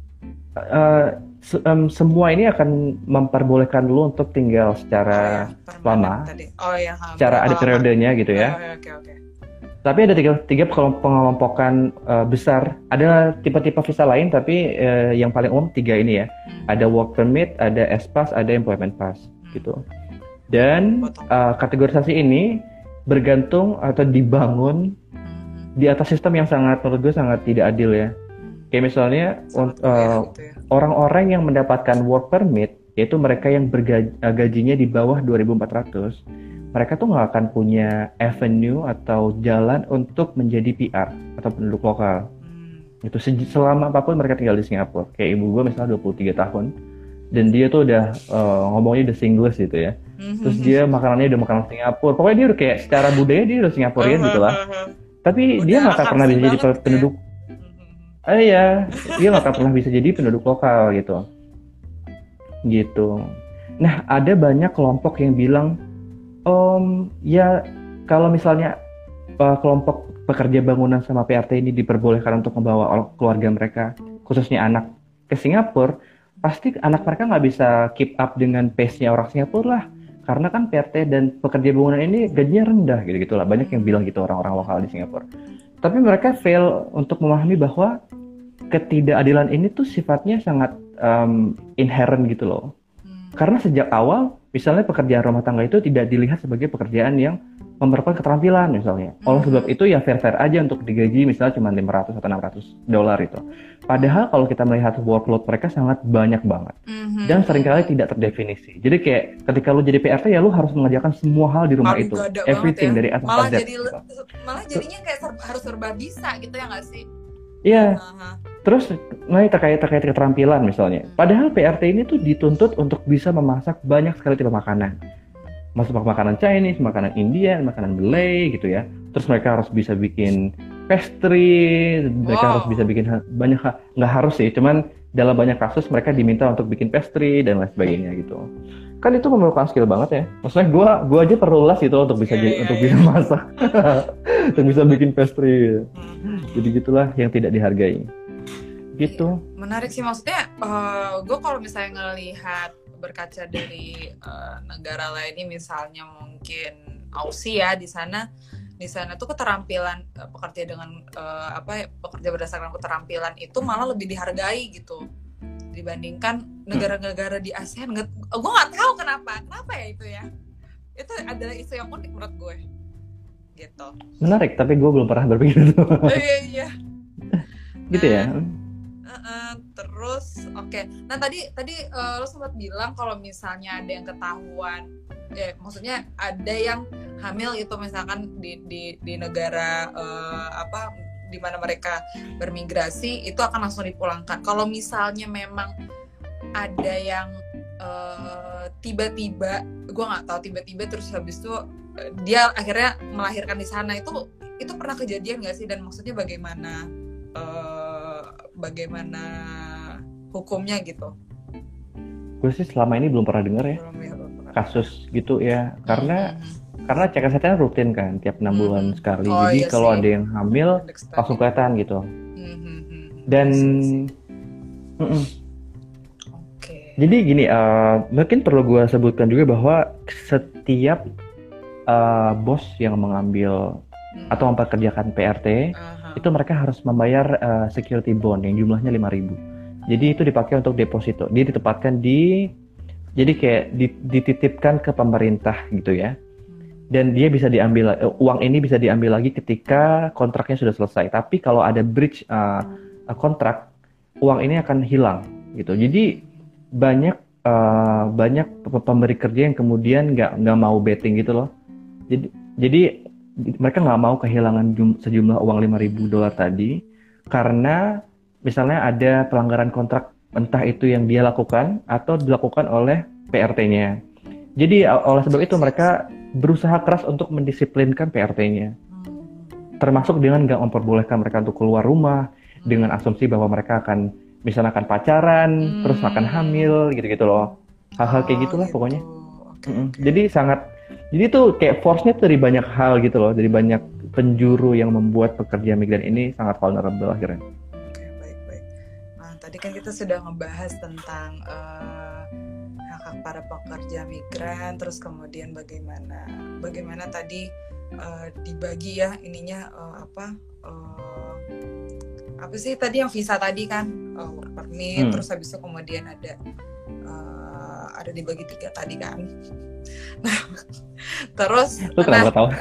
Uh, se- um, semua ini akan memperbolehkan lu untuk tinggal secara oh, ya, lama. Tadi. Oh ya, secara ada periodenya gitu ya. Oh, oke oke. Tapi ada tiga, tiga pengelompokan uh, besar. Ada tipe-tipe visa lain, tapi uh, yang paling umum tiga ini ya. Hmm. Ada work permit, ada S Pass, ada employment pass, hmm. gitu. Dan uh, kategorisasi ini bergantung atau dibangun hmm. di atas sistem yang sangat, menurut gue sangat tidak adil ya. Hmm. Kayak misalnya uh, gitu ya. Orang-orang yang mendapatkan work permit, yaitu mereka yang bergaji, uh, gajinya di bawah dua ribu empat ratus, mereka tuh nggak akan punya avenue atau jalan untuk menjadi P R atau penduduk lokal. Hmm. Itu selama apapun mereka tinggal di Singapura. Kayak ibu gue misalnya dua puluh tiga tahun, dan dia tuh udah uh, ngomongnya udah Singlish gitu ya. Hmm. Terus dia makanannya udah makanan Singapura. Pokoknya dia udah kayak secara budaya dia udah Singaporean gitu lah. Tapi udah dia nggak akan pernah bisa jadi penduduk. Ah ya. iya, dia nggak akan pernah bisa jadi penduduk lokal gitu. Gitu. Nah, ada banyak kelompok yang bilang, Um, ya kalau misalnya uh, kelompok pekerja bangunan sama P R T ini diperbolehkan untuk membawa keluarga mereka, khususnya anak, ke Singapura, pasti anak mereka nggak bisa keep up dengan pace-nya orang Singapura lah, karena kan P R T dan pekerja bangunan ini gajinya rendah gitu-gitu lah, banyak yang bilang gitu orang-orang lokal di Singapura. Tapi mereka fail untuk memahami bahwa ketidakadilan ini tuh sifatnya sangat um, inherent gitu loh. Karena sejak awal, misalnya pekerjaan rumah tangga itu tidak dilihat sebagai pekerjaan yang memerlukan keterampilan misalnya. Oleh sebab itu ya fair-fair aja untuk digaji misalnya cuma lima ratus atau enam ratus dolar itu. Padahal kalau kita melihat workload mereka sangat banyak banget. Mm-hmm. Dan seringkali tidak terdefinisi. Jadi kayak ketika lu jadi P R T ya lu harus mengerjakan semua hal di rumah Paling itu. Everything ya. Dari A sampai Z. Jadi, malah jadinya kayak ser- harus serba bisa gitu ya nggak sih? Iya. Uh-huh. Terus, nah terkait terkait keterampilan misalnya. Padahal P R T ini tuh dituntut untuk bisa memasak banyak sekali tipe makanan. Masak makanan Chinese, makanan Indian, makanan Malay gitu ya. Terus mereka harus bisa bikin pastry, mereka wow. harus bisa bikin banyak, nggak harus sih, cuman dalam banyak kasus mereka diminta untuk bikin pastry dan lain sebagainya gitu. Kan itu memerlukan skill banget ya. Maksudnya gue gue aja perlu les gitu untuk bisa yeah, yeah, untuk yeah. bisa masak. untuk bisa bikin pastry. Jadi gitulah yang tidak dihargai. Gitu. Menarik sih, maksudnya uh, gue kalau misalnya ngelihat berkaca dari uh, negara lain ini, misalnya mungkin Aussie ya, di sana di sana tuh keterampilan uh, pekerja dengan uh, apa ya, pekerja berdasarkan keterampilan itu malah lebih dihargai gitu dibandingkan negara-negara di ASEAN. Gue nggak tahu kenapa kenapa ya itu ya, itu adalah isu yang unik menurut gue gitu. Menarik, tapi gue belum pernah berpikir itu. Oh, iya iya gitu nah, ya. Uh, terus oke okay. Nah tadi tadi uh, lo sempat bilang kalau misalnya ada yang ketahuan, ya maksudnya ada yang hamil itu misalkan di di di negara uh, apa di mana mereka bermigrasi, itu akan langsung dipulangkan. Kalau misalnya memang ada yang uh, tiba-tiba, gue nggak tahu tiba-tiba terus habis itu uh, dia akhirnya melahirkan di sana, itu itu pernah kejadian nggak sih, dan maksudnya bagaimana uh, bagaimana hukumnya gitu? Gue sih selama ini belum pernah dengar ya, belum, ya belum pernah. Kasus gitu ya, karena hmm. karena cek kesehatan rutin kan tiap enam bulan hmm. sekali. Oh, jadi iya kalau ada yang hamil langsung kelihatan gitu. Hmm. Dan okay. Jadi gini, uh, mungkin perlu gue sebutkan juga bahwa setiap uh, bos yang mengambil hmm. atau mempekerjakan P R T uh-huh. itu mereka harus membayar uh, security bond yang jumlahnya lima ribu. Jadi itu dipakai untuk deposito. Dia ditempatkan di, jadi kayak dititipkan ke pemerintah gitu ya. Dan dia bisa diambil, uh, uang ini bisa diambil lagi ketika kontraknya sudah selesai. Tapi kalau ada breach uh, kontrak, uang ini akan hilang gitu. Jadi banyak uh, banyak pemberi kerja yang kemudian nggak nggak mau betting gitu loh. Jadi jadi mereka nggak mau kehilangan jum, sejumlah uang lima ribu dolar tadi karena misalnya ada pelanggaran kontrak, entah itu yang dia lakukan atau dilakukan oleh P R T-nya. Jadi oleh sebab itu mereka berusaha keras untuk mendisiplinkan P R T-nya, termasuk dengan nggak memperbolehkan mereka untuk keluar rumah dengan asumsi bahwa mereka akan misalnya akan pacaran, hmm. terus akan hamil gitu-gitu loh, hal-hal kayak gitulah oh, gitu. Pokoknya. Okay, okay. Jadi sangat, jadi tuh kayak force-nya tuh dari banyak hal gitu loh, dari banyak penjuru yang membuat pekerja migran ini sangat vulnerable akhirnya. Oke, okay, baik-baik. Nah, tadi kan kita sudah ngebahas tentang uh, hak para pekerja migran, terus kemudian bagaimana bagaimana tadi uh, dibagi ya ininya uh, apa uh, apa sih tadi yang visa tadi kan uh, work permit, hmm. terus habis itu kemudian ada uh, ada dibagi tiga tadi kan. Nah terus lu kenapa tahu?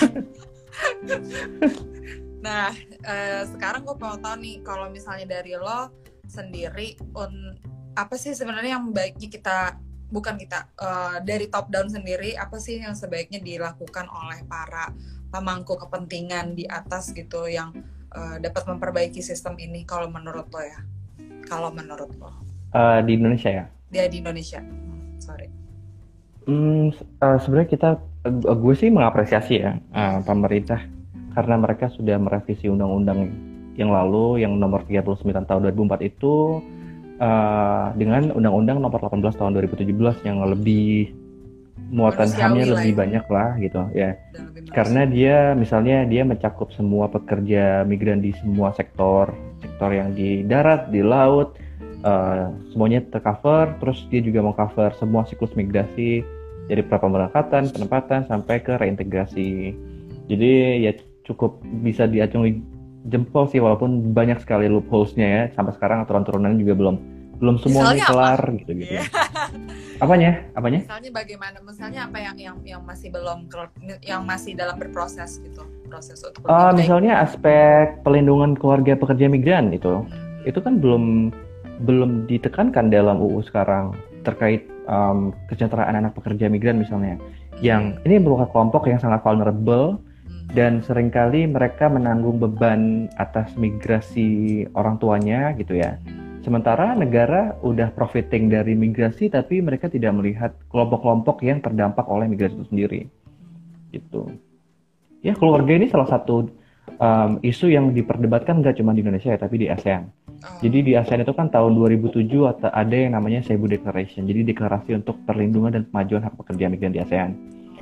Nah uh, sekarang gue mau tahu nih, kalau misalnya dari lo sendiri un, apa sih sebenarnya yang baiknya kita bukan kita uh, dari top down sendiri, apa sih yang sebaiknya dilakukan oleh para pemangku kepentingan di atas gitu yang uh, dapat memperbaiki sistem ini kalau menurut lo ya? Kalau menurut lo? Uh, di Indonesia ya? Dia di Indonesia. Hmm, sorry. Hmm, uh, sebenarnya kita, uh, gue sih mengapresiasi ya uh, pemerintah karena mereka sudah merevisi undang-undang yang lalu yang nomor tiga puluh sembilan tahun dua ribu empat itu. Uh, dengan Undang-Undang nomor delapan belas tahun dua ribu tujuh belas yang lebih muatan H A M-nya lebih ya. banyak lah gitu ya. Karena dia misalnya dia mencakup semua pekerja migran di semua sektor, sektor yang di darat, di laut, uh, semuanya tercover. Terus dia juga mau cover semua siklus migrasi dari pemberangkatan, penempatan sampai ke reintegrasi. Jadi ya cukup bisa diacungi jempol sih, walaupun banyak sekali loopholes-nya ya sampai sekarang, aturan-turunannya juga belum belum semuanya kelar gitu-gitu. Yeah. Apanya? Apanya? Misalnya bagaimana? Misalnya apa yang yang yang masih belum yang masih dalam berproses gitu, proses untuk uh, misalnya aspek pelindungan keluarga pekerja migran itu. Hmm. Itu kan belum belum ditekankan dalam U U sekarang terkait um, kesejahteraan anak pekerja migran misalnya. Hmm. Yang ini merupakan kelompok yang sangat vulnerable. Dan seringkali mereka menanggung beban atas migrasi orang tuanya gitu ya. Sementara negara udah profiting dari migrasi, tapi mereka tidak melihat kelompok-kelompok yang terdampak oleh migrasi itu sendiri. Gitu. Ya, keluarga ini salah satu um, isu yang diperdebatkan nggak cuma di Indonesia ya, tapi di ASEAN. Jadi di ASEAN itu kan tahun dua ribu tujuh ada yang namanya Cebu Declaration. Jadi deklarasi untuk perlindungan dan kemajuan hak pekerja migran di ASEAN.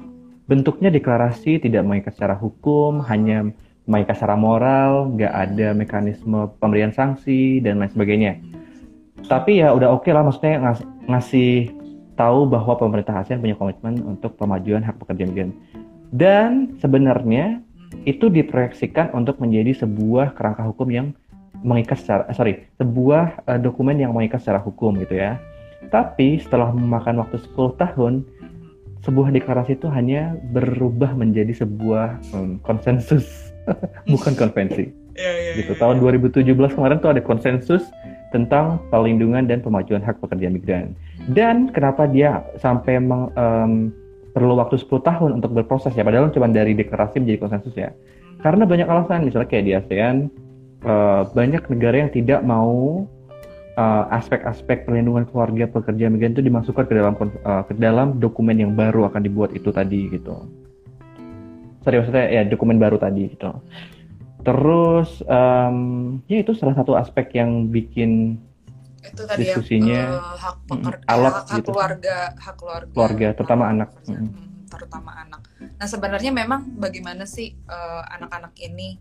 bentuknya deklarasi, tidak mengikat secara hukum, hanya mengikat secara moral, nggak ada mekanisme pemberian sanksi dan lain sebagainya. Tapi ya udah oke okay lah, maksudnya ngas- ngasih tahu bahwa pemerintah ASEAN punya komitmen untuk pemajuan hak pekerja migran. Dan sebenarnya itu diproyeksikan untuk menjadi sebuah kerangka hukum yang mengikat secara, sorry, sebuah uh, dokumen yang mengikat secara hukum gitu ya. Tapi setelah memakan waktu sepuluh tahun, sebuah deklarasi itu hanya berubah menjadi sebuah um, konsensus, bukan konvensi. Yeah, yeah, gitu. Yeah, Tahun dua ribu tujuh belas kemarin tuh ada konsensus tentang perlindungan dan pemajuan hak pekerja migran. Dan kenapa dia sampai meng, um, perlu waktu sepuluh tahun untuk berproses ya, padahal cuma dari deklarasi menjadi konsensus ya. Karena banyak alasan, misalnya kayak di ASEAN, uh, banyak negara yang tidak mau Uh, aspek-aspek perlindungan keluarga pekerja migran itu dimasukkan ke dalam uh, ke dalam dokumen yang baru akan dibuat itu tadi gitu. Sorry, maksudnya ya dokumen baru tadi gitu. Terus um, ya itu salah satu aspek yang bikin itu tadi diskusinya ya, uh, hak pekerja, alot hak, hak gitu. keluarga, hak keluarga, keluarga terutama anak. Hmm, terutama anak. Nah sebenarnya memang bagaimana sih uh, anak-anak ini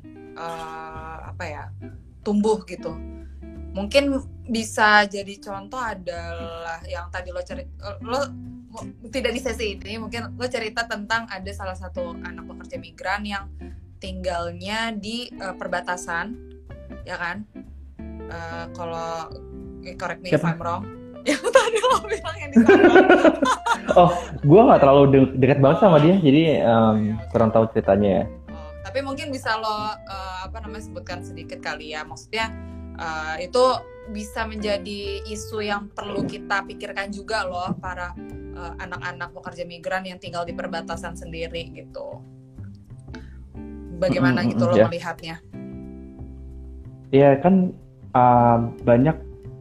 uh, apa ya tumbuh gitu? Mungkin bisa jadi contoh adalah yang tadi lo cerita, lo tidak di sesi ini, mungkin lo cerita tentang ada salah satu anak pekerja migran yang tinggalnya di uh, perbatasan, ya kan? Uh, kalau correct me if I'm wrong, yang tadi lo bilang yang di sana. Oh, gue nggak terlalu de- dekat banget sama dia, jadi um, kurang tahu ceritanya ya. Oh, tapi mungkin bisa lo uh, apa namanya sebutkan sedikit kali ya, maksudnya. Uh, itu bisa menjadi isu yang perlu kita pikirkan juga loh para uh, anak-anak pekerja migran yang tinggal di perbatasan sendiri gitu. Bagaimana mm-hmm, gitu lo yeah. melihatnya? Iya kan uh, banyak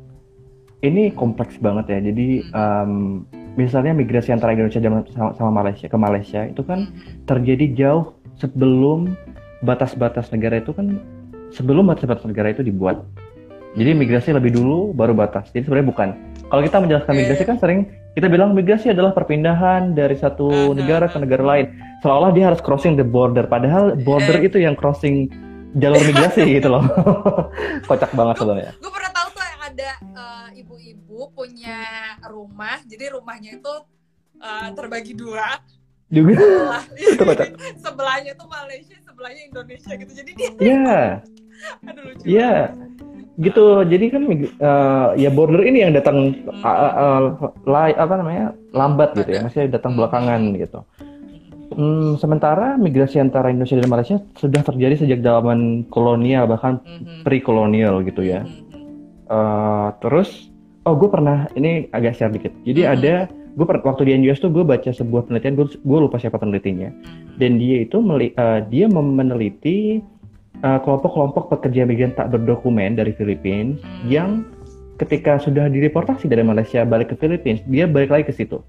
ini kompleks banget ya. Jadi mm-hmm. um, misalnya migrasi antara Indonesia sama, sama Malaysia ke Malaysia itu kan mm-hmm. terjadi jauh sebelum batas-batas negara itu kan sebelum batas-batas negara itu dibuat. Jadi migrasi lebih dulu baru batas. Jadi sebenarnya bukan. Kalau kita menjelaskan migrasi kan sering kita bilang migrasi adalah perpindahan dari satu negara ke negara lain. Seolah-olah dia harus crossing the border. Padahal border itu yang crossing jalur migrasi gitu loh. Kocak banget sebenarnya. Gue pernah tahu tuh yang ada uh, ibu-ibu punya rumah. Jadi rumahnya itu uh, terbagi dua. Juga. Sebelah, itu kocak. Sebelahnya tuh Malaysia, sebelahnya Indonesia gitu. Jadi dia. Iya. Yeah. Aduh lucu. Iya. Yeah. Gitu, jadi kan uh, ya border ini yang datang hmm. uh, uh, uh, apa namanya lambat gitu ya, maksudnya datang belakangan gitu. Hmm, sementara migrasi antara Indonesia dan Malaysia sudah terjadi sejak zaman kolonial bahkan hmm. pre-kolonial gitu ya. Uh, terus, oh gue pernah ini agak share dikit. Jadi hmm. ada gue waktu di N U S tuh gue baca sebuah penelitian, gue gue lupa siapa penelitinya, dan dia itu meli, uh, dia meneliti Uh, kelompok-kelompok pekerja migran tak berdokumen dari Filipina hmm. yang ketika sudah dideportasi dari Malaysia balik ke Filipina, dia balik lagi ke situ.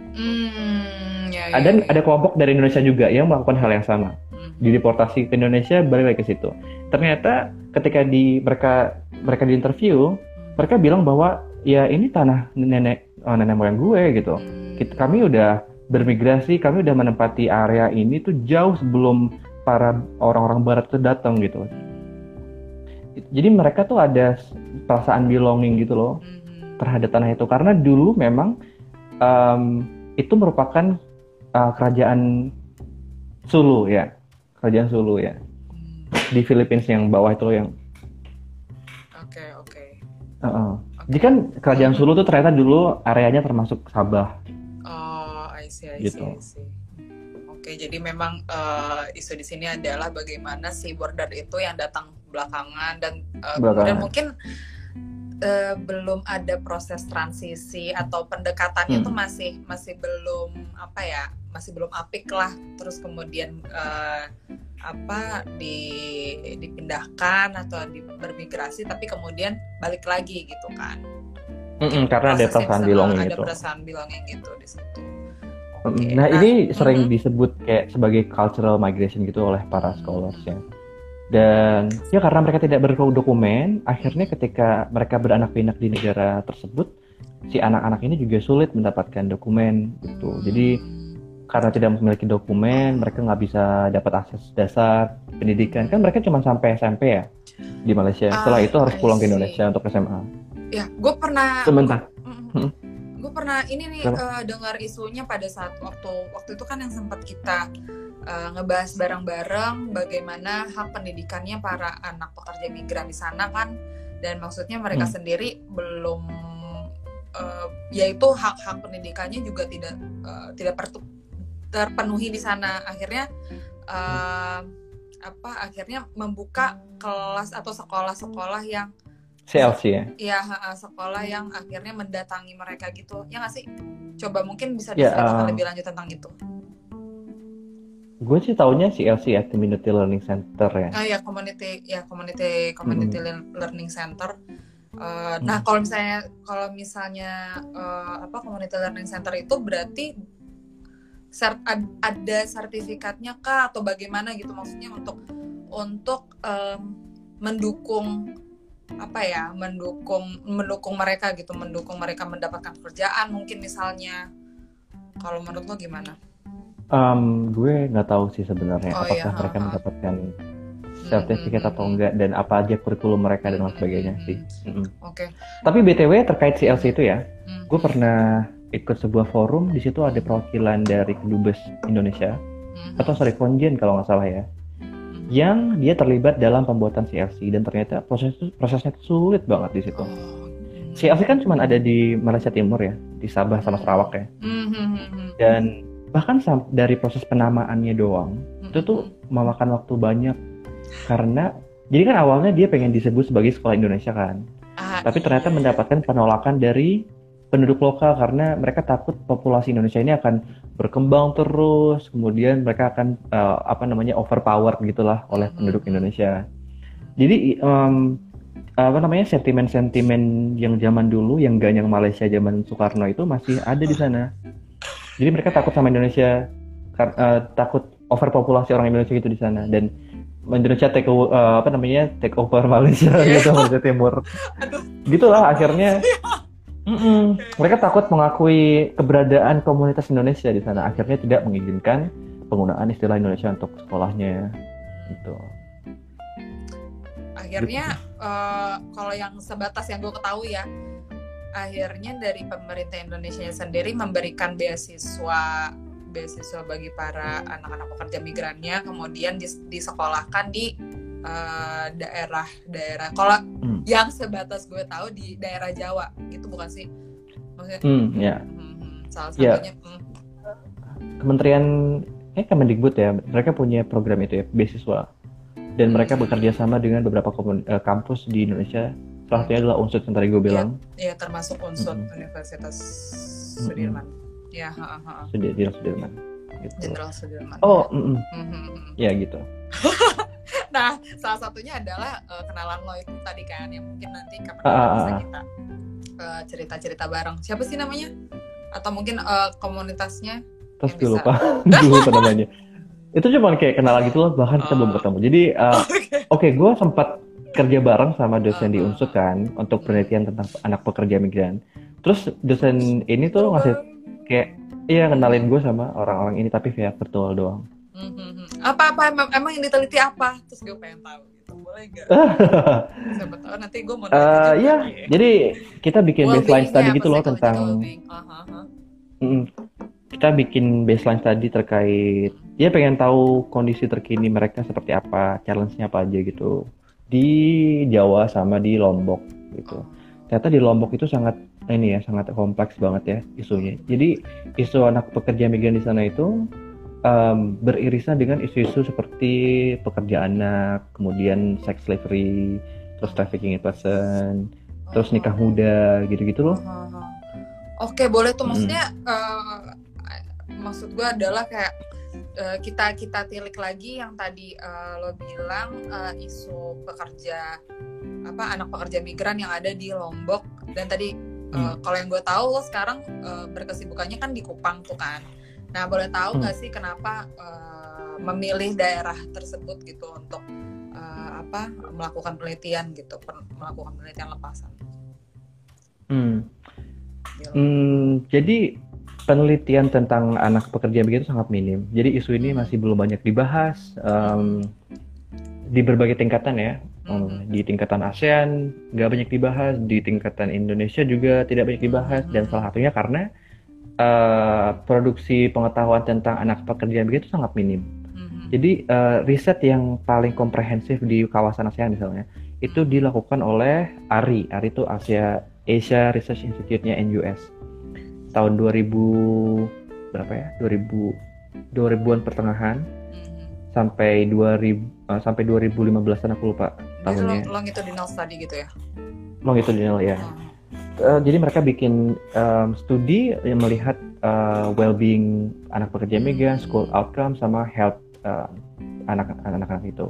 Hmm, ya, ya, ada ya. ada kelompok dari Indonesia juga yang melakukan hal yang sama, hmm. dideportasi ke Indonesia balik lagi ke situ. Ternyata ketika di mereka mereka diinterview, hmm. mereka bilang bahwa ya ini tanah nenek oh, nenek moyang gue gitu. Hmm. Kita, kami udah bermigrasi, kami udah menempati area ini tuh jauh sebelum para orang-orang barat itu datang gitu. Jadi mereka tuh ada perasaan belonging gitu loh mm-hmm. terhadap tanah itu, karena dulu memang um, itu merupakan uh, kerajaan Sulu ya, kerajaan Sulu ya mm. di Filipina yang bawah itu loh yang. Oke okay, oke. Okay. Uh-uh. Okay. Jadi kan kerajaan Sulu tuh ternyata dulu areanya termasuk Sabah. Oh, I see, I gitu. see, I see. Oke, jadi memang uh, isu di sini adalah bagaimana si border itu yang datang belakangan dan uh, belakangan. dan mungkin uh, belum ada proses transisi atau pendekatannya itu hmm. masih masih belum apa ya, masih belum apik lah. Terus kemudian uh, apa di dipindahkan atau di, bermigrasi, tapi kemudian balik lagi gitu kan? Mm-mm, karena ada perasaan belonging ada gitu. Ada perasaan belonging gitu di situ. Okay. Nah, nah ini sering uh-huh. disebut kayak sebagai cultural migration gitu oleh para scholars ya. Dan ya karena mereka tidak berdokumen, akhirnya ketika mereka beranak pinak di negara tersebut, si anak-anak ini juga sulit mendapatkan dokumen gitu. Jadi karena tidak memiliki dokumen, mereka nggak bisa dapat akses dasar pendidikan. Kan mereka cuma sampai S M P ya di Malaysia. Setelah Ah, itu harus I pulang ke see. Indonesia untuk S M A. Ya, gue pernah. Sebentar. Gue gue pernah ini nih Kenapa? uh, dengar isunya pada saat waktu waktu itu kan yang sempat kita uh, ngebahas bareng-bareng bagaimana hak pendidikannya para anak pekerja migran di sana kan, dan maksudnya mereka Hmm. sendiri belum uh, yaitu hak-hak pendidikannya juga tidak uh, tidak pertu- terpenuhi di sana. Akhirnya uh, apa akhirnya membuka kelas atau sekolah-sekolah yang C L C ya? ya ha, sekolah yang akhirnya mendatangi mereka gitu, ya nggak sih? Coba mungkin bisa Ya, diceritakan um, lebih lanjut tentang itu. gue sih taunya C L C ya, Community Learning Center ya. Ah ya, community ya community community Mm-mm. learning center. Uh, Mm. nah kalau misalnya kalau misalnya uh, apa community learning center itu berarti Sert, ada sertifikatnya kah atau bagaimana gitu, maksudnya untuk untuk um, mendukung apa ya mendukung mendukung mereka gitu, mendukung mereka mendapatkan pekerjaan mungkin misalnya. Kalau menurut lo gimana? Um, gue nggak tahu sih sebenarnya Oh, apakah iya, mereka ha, ha. mendapatkan sertifikat Hmm, atau hmm, enggak dan apa aja kurikulum mereka dan lain hmm, sebagainya hmm, sih. Mm-mm. Oke. Tapi B T W terkait C L C itu ya, Hmm, gue pernah ikut sebuah forum, di situ ada perwakilan dari Kedubes Indonesia hmm, atau sorry Konjen kalau nggak salah ya, hmm. yang dia terlibat dalam pembuatan C L C dan ternyata proses prosesnya itu sulit banget di situ. Oh, hmm. C L C kan cuma ada di Malaysia Timur ya, di Sabah sama Sarawak ya. Hmm, hmm, hmm, hmm. Dan bahkan sam- dari proses penamaannya doang Hmm, itu tuh hmm. memakan waktu banyak, karena jadi kan awalnya dia pengen disebut sebagai sekolah Indonesia kan, Ah, tapi ternyata iya. mendapatkan penolakan dari penduduk lokal karena mereka takut populasi Indonesia ini akan berkembang terus, kemudian mereka akan uh, apa namanya overpowered gitulah oleh penduduk Indonesia. Jadi um, apa namanya sentimen-sentimen yang zaman dulu yang ganyang Malaysia zaman Soekarno itu masih ada di sana. Jadi mereka takut sama Indonesia, kar- uh, takut overpopulasi orang Indonesia gitu di sana, dan Indonesia take over, uh, apa namanya take over Malaysia gitu, Malaysia Timur. Aduh. Gitulah akhirnya. Mm-mm. Mereka takut mengakui keberadaan komunitas Indonesia di sana, akhirnya tidak mengizinkan penggunaan istilah Indonesia untuk sekolahnya gitu. Akhirnya uh, kalau yang sebatas yang gue ketahui ya, akhirnya dari pemerintah Indonesia sendiri memberikan beasiswa beasiswa bagi para anak-anak pekerja migrannya, kemudian dis- disekolahkan di uh, daerah-daerah. Kalau Hmm. yang sebatas gue tahu di daerah Jawa, gitu bukan sih? Maksudnya, Hmm, ya. hmm, hmm, salah Ya. satunya. Hmm. Kementerian eh Kemendikbud ya, mereka punya program itu ya, beasiswa. Dan mereka bekerja sama dengan beberapa komun- eh, kampus di Indonesia. Salah satunya adalah Unsud yang tadi gue bilang. Ya, termasuk Unsud Mm-mm. Universitas Mm-mm. Sudirman. Ya, ha, ha, ha. Sudirman, Sudirman. Gitu. Jenderal Sudirman. Oh, mm-mm. Hmm, hmm, hmm. Ya gitu. Nah, salah satunya adalah uh, kenalan lo itu tadi kan, yang mungkin nanti kapan Ah, ah, bisa ah. kita uh, cerita-cerita bareng. Siapa sih namanya? Atau mungkin uh, komunitasnya? Terus Yang gue bisa. lupa, gue lupa namanya. Itu cuma kayak kenalan gitu loh, bahkan kita Oh. belum ketemu. Jadi, uh, Oke. oke, gue sempat kerja bareng sama dosen di Uh, uh, Unsud kan, untuk penelitian tentang anak pekerja migran. Terus dosen ini tuh ngasih kayak, iya kenalin gue sama orang-orang ini, tapi via virtual doang. Hmm, hmm, hmm. Apa-apa emang, emang yang diteliti apa? Terus gue pengen tahu gitu. Boleh nggak? Siapa tahu nanti gue mau nanya Uh, juga. ya, jadi kita bikin baseline Well-being-nya study apa, gitu loh psychological tentang, well-being. Uh, uh, uh. mm, kita bikin baseline study terkait, ya pengen tahu kondisi terkini mereka seperti apa, challenge-nya apa aja gitu. Di Jawa sama di Lombok gitu. Ternyata di Lombok itu sangat ini ya, sangat kompleks banget ya isunya. Jadi isu anak pekerja migran di sana itu um, beririsan dengan isu-isu seperti pekerja anak, kemudian sex slavery, terus trafficking in person, terus nikah muda, gitu-gitu loh. Uh, uh, uh. Oke, boleh tuh. Mm. Maksudnya uh, maksud gue adalah kayak uh, kita kita tilik lagi yang tadi uh, lo bilang uh, isu pekerja apa anak pekerja migran yang ada di Lombok, dan tadi uh, Hmm. kalau yang gue tahu lo sekarang uh, berkesibukannya kan di Kupang tuh kan. Nah, boleh tahu nggak Hmm. sih kenapa uh, memilih daerah tersebut gitu untuk uh, apa melakukan penelitian gitu, per- melakukan penelitian lepasan? Hmm. Gitu. Hmm, jadi penelitian tentang anak pekerja begitu sangat minim. Jadi isu ini masih belum banyak dibahas um, di berbagai tingkatan ya. Um, di tingkatan ASEAN nggak banyak dibahas, di tingkatan Indonesia juga tidak banyak dibahas, dan salah satunya karena uh, produksi pengetahuan tentang anak pekerja begitu sangat minim. Jadi uh, riset yang paling komprehensif di kawasan ASEAN misalnya itu dilakukan oleh A R I. A R I itu Asia Asia Research Institute-nya N U S. Tahun dua ribu berapa ya? dua ribu dua ribuan pertengahan sampai dua ribu uh, sampai dua ribu lima belasan aku lupa tahunnya. Longitudinal study gitu ya. Longitudinal ya. Uh, jadi mereka bikin um, studi yang melihat uh, well-being anak pekerja migran, school outcome sama health uh, anak-anak itu.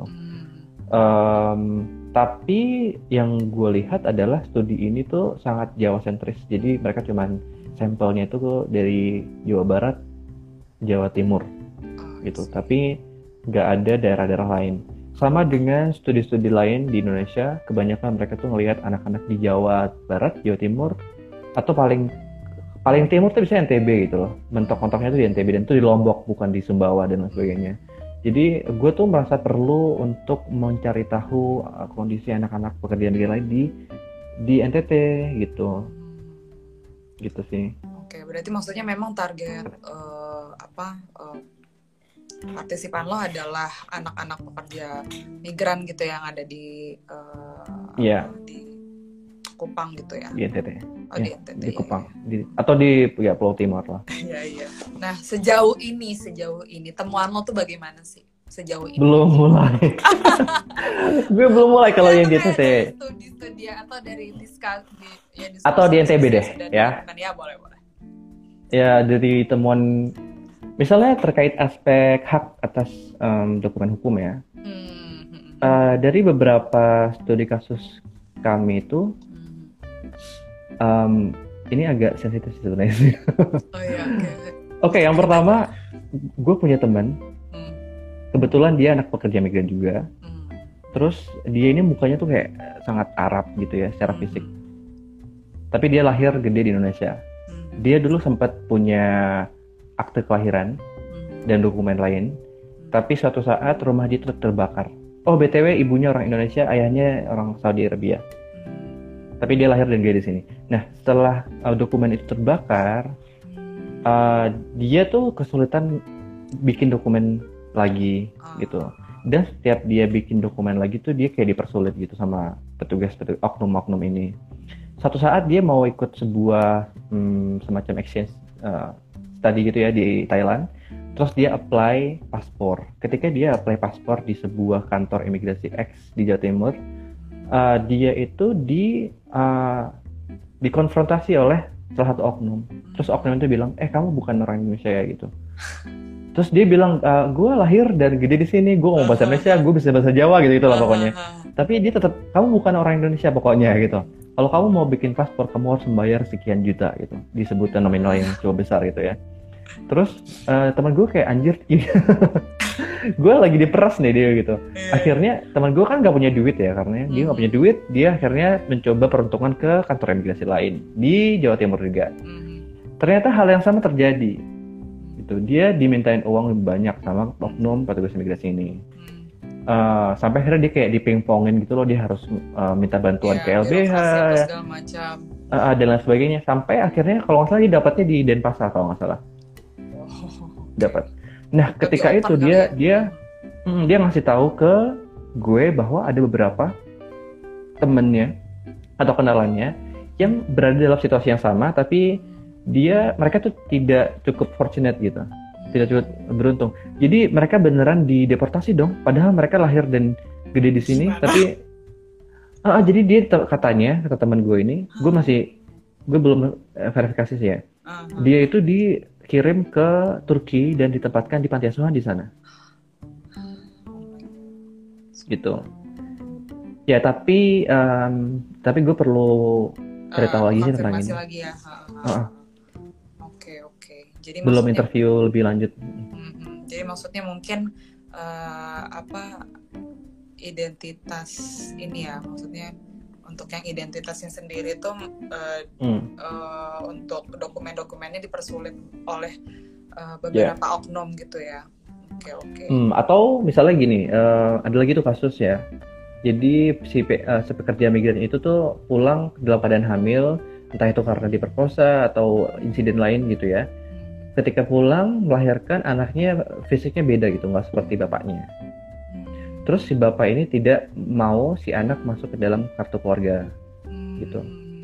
Um, tapi yang gue lihat adalah studi ini tuh sangat Jawa sentris. Jadi mereka cuman sampelnya itu dari Jawa Barat, Jawa Timur gitu. Tapi nggak ada daerah-daerah lain. Sama dengan studi-studi lain di Indonesia, kebanyakan mereka tuh ngelihat anak-anak di Jawa Barat, Jawa Timur, atau paling paling timur tuh bisa N T B gitu loh. Mentok-mentoknya tuh di N T B, dan itu di Lombok, bukan di Sumbawa dan lain sebagainya. Jadi gue tuh merasa perlu untuk mencari tahu kondisi anak-anak pekerja negeri lain di di N T T gitu, gitu sih. Oke, berarti maksudnya memang target uh, apa? Uh, partisipan lo adalah anak-anak pekerja migran gitu yang ada di uh, yeah. di Kupang gitu ya. Di N T T. Oh, ya, di N T T. Di ya, Kupang. ya. Di, atau di ya Pulau Timur lah. Iya, iya. Nah, sejauh ini, sejauh ini temuan lo tuh bagaimana sih? Sejauh ini. Belum mulai. Gue belum mulai kalau yang di N T T. Studi-studi atau dari diskus di ya diskusi, atau di N T B deh, ya. Ya, boleh, boleh. Ya, dari temuan misalnya terkait aspek hak atas um, dokumen hukum ya. Hmm. Uh, dari beberapa studi kasus kami itu, um, ini agak sensitif sebenarnya. Oh iya, oke. Okay. Oke, okay, yang pertama, gue punya teman, hmm. kebetulan dia anak pekerja migran juga. Hmm. Terus dia ini mukanya tuh kayak sangat Arab gitu ya, secara fisik. Hmm. Tapi dia lahir gede di Indonesia. Hmm. Dia dulu sempat punya akte kelahiran dan dokumen lain, tapi suatu saat rumah dia ter- terbakar. Oh, B T W ibunya orang Indonesia, ayahnya orang Saudi Arabia. Tapi dia lahir dan gede di sini. Nah, setelah uh, dokumen itu terbakar, uh, dia tuh kesulitan bikin dokumen lagi gitu. Dan setiap dia bikin dokumen lagi tuh dia kayak dipersulit gitu sama petugas-petugas oknum-oknum ini. Suatu saat dia mau ikut sebuah hmm, semacam exchange uh, study gitu ya di Thailand, terus dia apply paspor. Ketika dia apply paspor di sebuah kantor imigrasi X di Jawa Timur, uh, dia itu di uh, dikonfrontasi oleh salah satu oknum. Terus oknum itu bilang, eh kamu bukan orang Indonesia ya gitu. Terus dia bilang, e, gue lahir dan gede di sini, gue ngomong bahasa Indonesia, gue bisa bahasa Jawa gitu gitu lah pokoknya. Tapi dia tetap, kamu bukan orang Indonesia pokoknya gitu. Kalau kamu mau bikin paspor, kamu harus membayar sekian juta gitu. Disebutkan nominal yang cukup besar gitu ya. Terus uh, teman gue kayak anjir, gue lagi diperas nih dia gitu. Akhirnya teman gue kan nggak punya duit ya, karena dia nggak punya duit, dia akhirnya mencoba peruntungan ke kantor imigrasi lain di Jawa Timur juga. Ternyata hal yang sama terjadi. Gitu. Dia dimintain uang lebih banyak sama oknum petugas imigrasi ini. Uh, sampai akhirnya dia kayak dipingpongin gitu loh, dia harus uh, minta bantuan ya, ke L B H segala macam. Uh, dan lain sebagainya. Sampai akhirnya kalau nggak salah dia dapatnya di Denpasar kalau nggak salah. Dapat. Nah, ketika itu dia dia mm, dia ngasih tahu ke gue bahwa ada beberapa temennya atau kenalannya yang berada dalam situasi yang sama, tapi dia mereka tuh tidak cukup fortunate gitu, tidak cukup beruntung. Jadi mereka beneran dideportasi dong, padahal mereka lahir dan gede di sini. Gimana? Tapi uh, jadi dia katanya kata teman gue ini, gue masih gue belum verifikasi sih ya. Uh-huh. Dia itu dikirim ke Turki dan ditempatkan di panti asuhan di sana. Gitu. Ya tapi um, tapi gue perlu cerita uh, lagi sih tentang ini. Lagi ya. Uh-huh. Uh-huh. Oke oke. Jadi belum interview lebih lanjut. Mm-hmm. Jadi maksudnya mungkin uh, apa identitas ini ya, maksudnya untuk yang identitasnya sendiri tuh uh, mm. uh, untuk dokumen-dokumennya dipersulit oleh uh, beberapa yeah. oknum gitu ya. Oke okay, oke. Okay. Hmm, atau misalnya gini, uh, ada lagi tuh kasus ya. Jadi si, uh, si pekerja migran itu tuh pulang dalam keadaan hamil, entah itu karena diperkosa atau insiden lain gitu ya. Ketika pulang melahirkan, anaknya fisiknya beda gitu, nggak seperti bapaknya. Terus si bapak ini tidak mau si anak masuk ke dalam kartu keluarga gitu.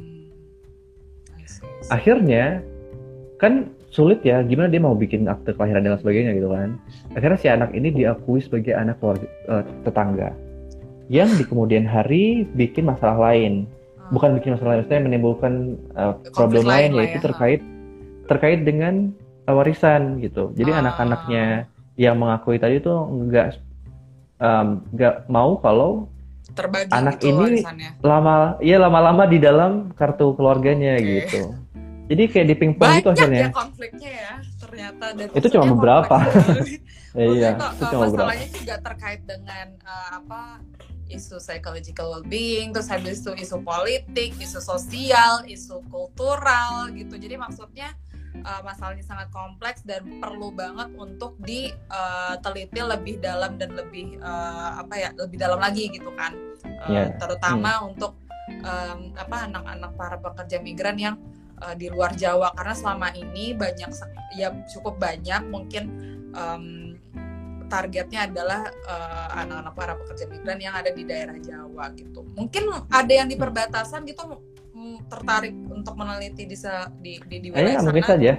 Akhirnya kan sulit ya, gimana dia mau bikin akte kelahiran dan sebagainya gitu kan. Akhirnya si anak ini diakui sebagai anak keluarga uh, tetangga, yang di kemudian hari bikin masalah lain. Bukan bikin masalah lain, maksudnya menimbulkan uh, problem lain, lain yaitu ya. terkait terkait dengan uh, warisan gitu. Jadi ah. anak-anaknya yang mengakui tadi tuh nggak um, nggak mau kalau terbagi anak gitu ini warisannya. lama ya lama-lama di dalam kartu keluarganya okay. gitu. Jadi kayak di pingpong gitu akhirnya. Banyak ya konfliknya ya ternyata. Dan itu cuma beberapa. Iya, itu cuma beberapa. Masalahnya juga terkait dengan uh, apa isu psychological well-being, terus habis itu isu politik, isu sosial, isu kultural gitu. Jadi maksudnya uh, masalahnya sangat kompleks dan perlu banget untuk diteliti uh, lebih dalam dan lebih uh, apa ya lebih dalam lagi gitu kan. Uh, yeah. Terutama hmm. untuk um, apa anak-anak para pekerja migran yang uh, di luar Jawa, karena selama ini banyak ya cukup banyak mungkin um, targetnya adalah uh, anak-anak para pekerja migran yang ada di daerah Jawa gitu. Mungkin ada yang di perbatasan gitu mm, tertarik untuk meneliti di di di, di wilayah sana. Mungkin saja.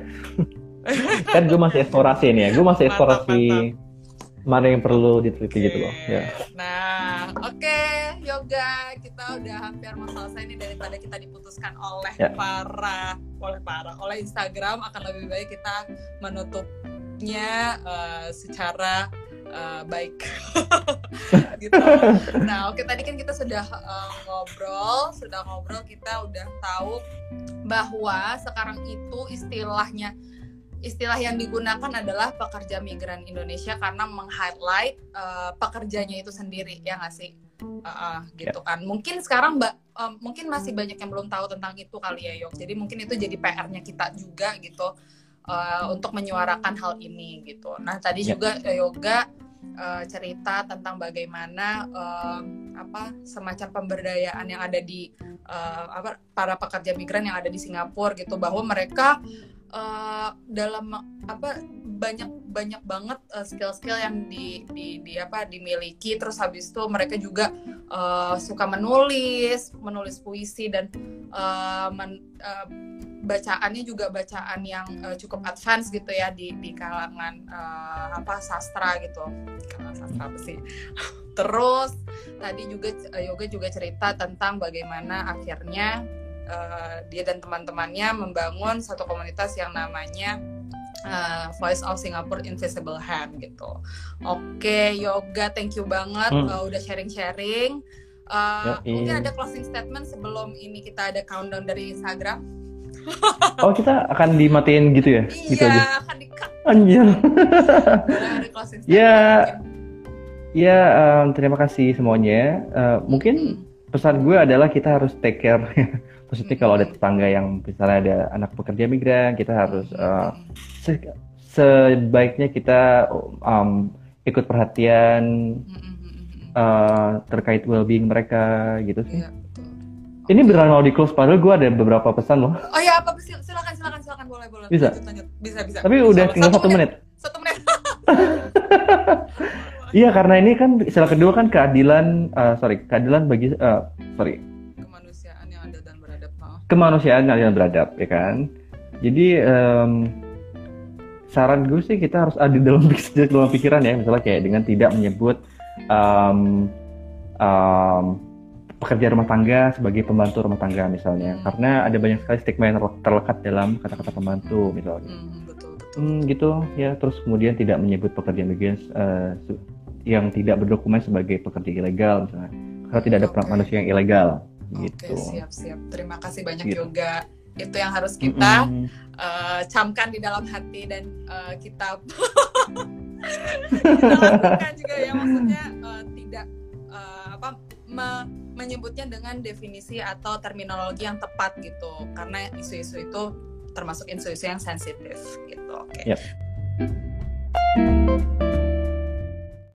Kan gue masih eksplorasi nih ya. Gue masih eksplorasi mantap, mantap. Mana yang perlu diteliti okay. gitu loh. Ya. Nah, oke okay, Yoga, kita udah hampir mau selesai nih, daripada kita diputuskan oleh ya. para oleh para oleh Instagram, akan lebih baik kita menutup nya uh, secara uh, baik gitu. Nah, oke okay, tadi kan kita sudah uh, ngobrol, sudah ngobrol kita udah tahu bahwa sekarang itu istilahnya istilah yang digunakan adalah pekerja migran Indonesia karena meng-highlight uh, pekerjanya itu sendiri, ya nggak sih? Uh, uh, gitu kan. Mungkin sekarang mbak uh, mungkin masih banyak yang belum tahu tentang itu kali ya, Yok. Jadi mungkin itu jadi P R-nya kita juga gitu. Uh, untuk menyuarakan hal ini gitu. Nah tadi yeah. juga Yoga uh, cerita tentang bagaimana uh, apa semacam pemberdayaan yang ada di uh, apa para pekerja migran yang ada di Singapura gitu, bahwa mereka uh, dalam apa banyak banyak banget uh, skill-skill yang di, di di apa dimiliki. Terus habis itu mereka juga uh, suka menulis menulis puisi dan uh, men, uh, bacaannya juga bacaan yang uh, cukup advance gitu ya di di kalangan uh, apa sastra gitu, kalangan sastra apa sih. Terus tadi juga uh, Yoga juga cerita tentang bagaimana akhirnya uh, dia dan teman-temannya membangun satu komunitas yang namanya uh, Voice of Singapore Invisible Hand gitu. Oke Yoga, thank you banget hmm. uh, udah sharing-sharing. Uh, mungkin ada closing statement sebelum ini kita ada countdown dari Instagram. Oh kita akan dimatiin gitu ya? Iya, gitu aja. akan di-cut. Anjir. Ya, ya um, terima kasih semuanya. Uh, mungkin hmm. pesan gue adalah kita harus take care. Maksudnya hmm. kalau ada tetangga yang misalnya ada anak pekerja migran, kita harus uh, se- sebaiknya kita um, ikut perhatian uh, terkait well-being mereka gitu sih. Ya. Ini beneran mau di-close, padahal gue ada beberapa pesan loh. Oh ya, apa? Silakan, silakan, silakan, boleh, boleh. Bisa? Lanjut, lanjut. Bisa, bisa. Tapi bisa, udah tinggal satu menit. Satu menit. Iya, karena ini kan istilah kedua kan keadilan, uh, sorry, keadilan bagi, uh, sorry. Kemanusiaan yang adil dan beradab. Oh. Kemanusiaan yang adil dan beradab, ya kan? Jadi, um, saran gue sih kita harus adil dalam, dalam pikiran ya, misalnya kayak dengan tidak menyebut um, um, pekerja rumah tangga sebagai pembantu rumah tangga misalnya, hmm. karena ada banyak sekali stigma yang terlekat dalam kata-kata pembantu misalnya. Hmm, betul, betul. Hmm, gitu ya. Terus kemudian tidak menyebut pekerja migran uh, yang tidak berdokumen sebagai pekerja ilegal misalnya, karena tidak ada okay. manusia yang ilegal. Oke, gitu. siap, siap. Terima kasih banyak gitu. Yoga. Itu yang harus kita mm-hmm. uh, camkan di dalam hati dan uh, kita kita lakukan juga ya, maksudnya uh, tidak uh, apa me- menyebutnya dengan definisi atau terminologi yang tepat gitu, karena isu-isu itu termasuk isu-isu yang sensitif gitu. Oke. Okay. Yep.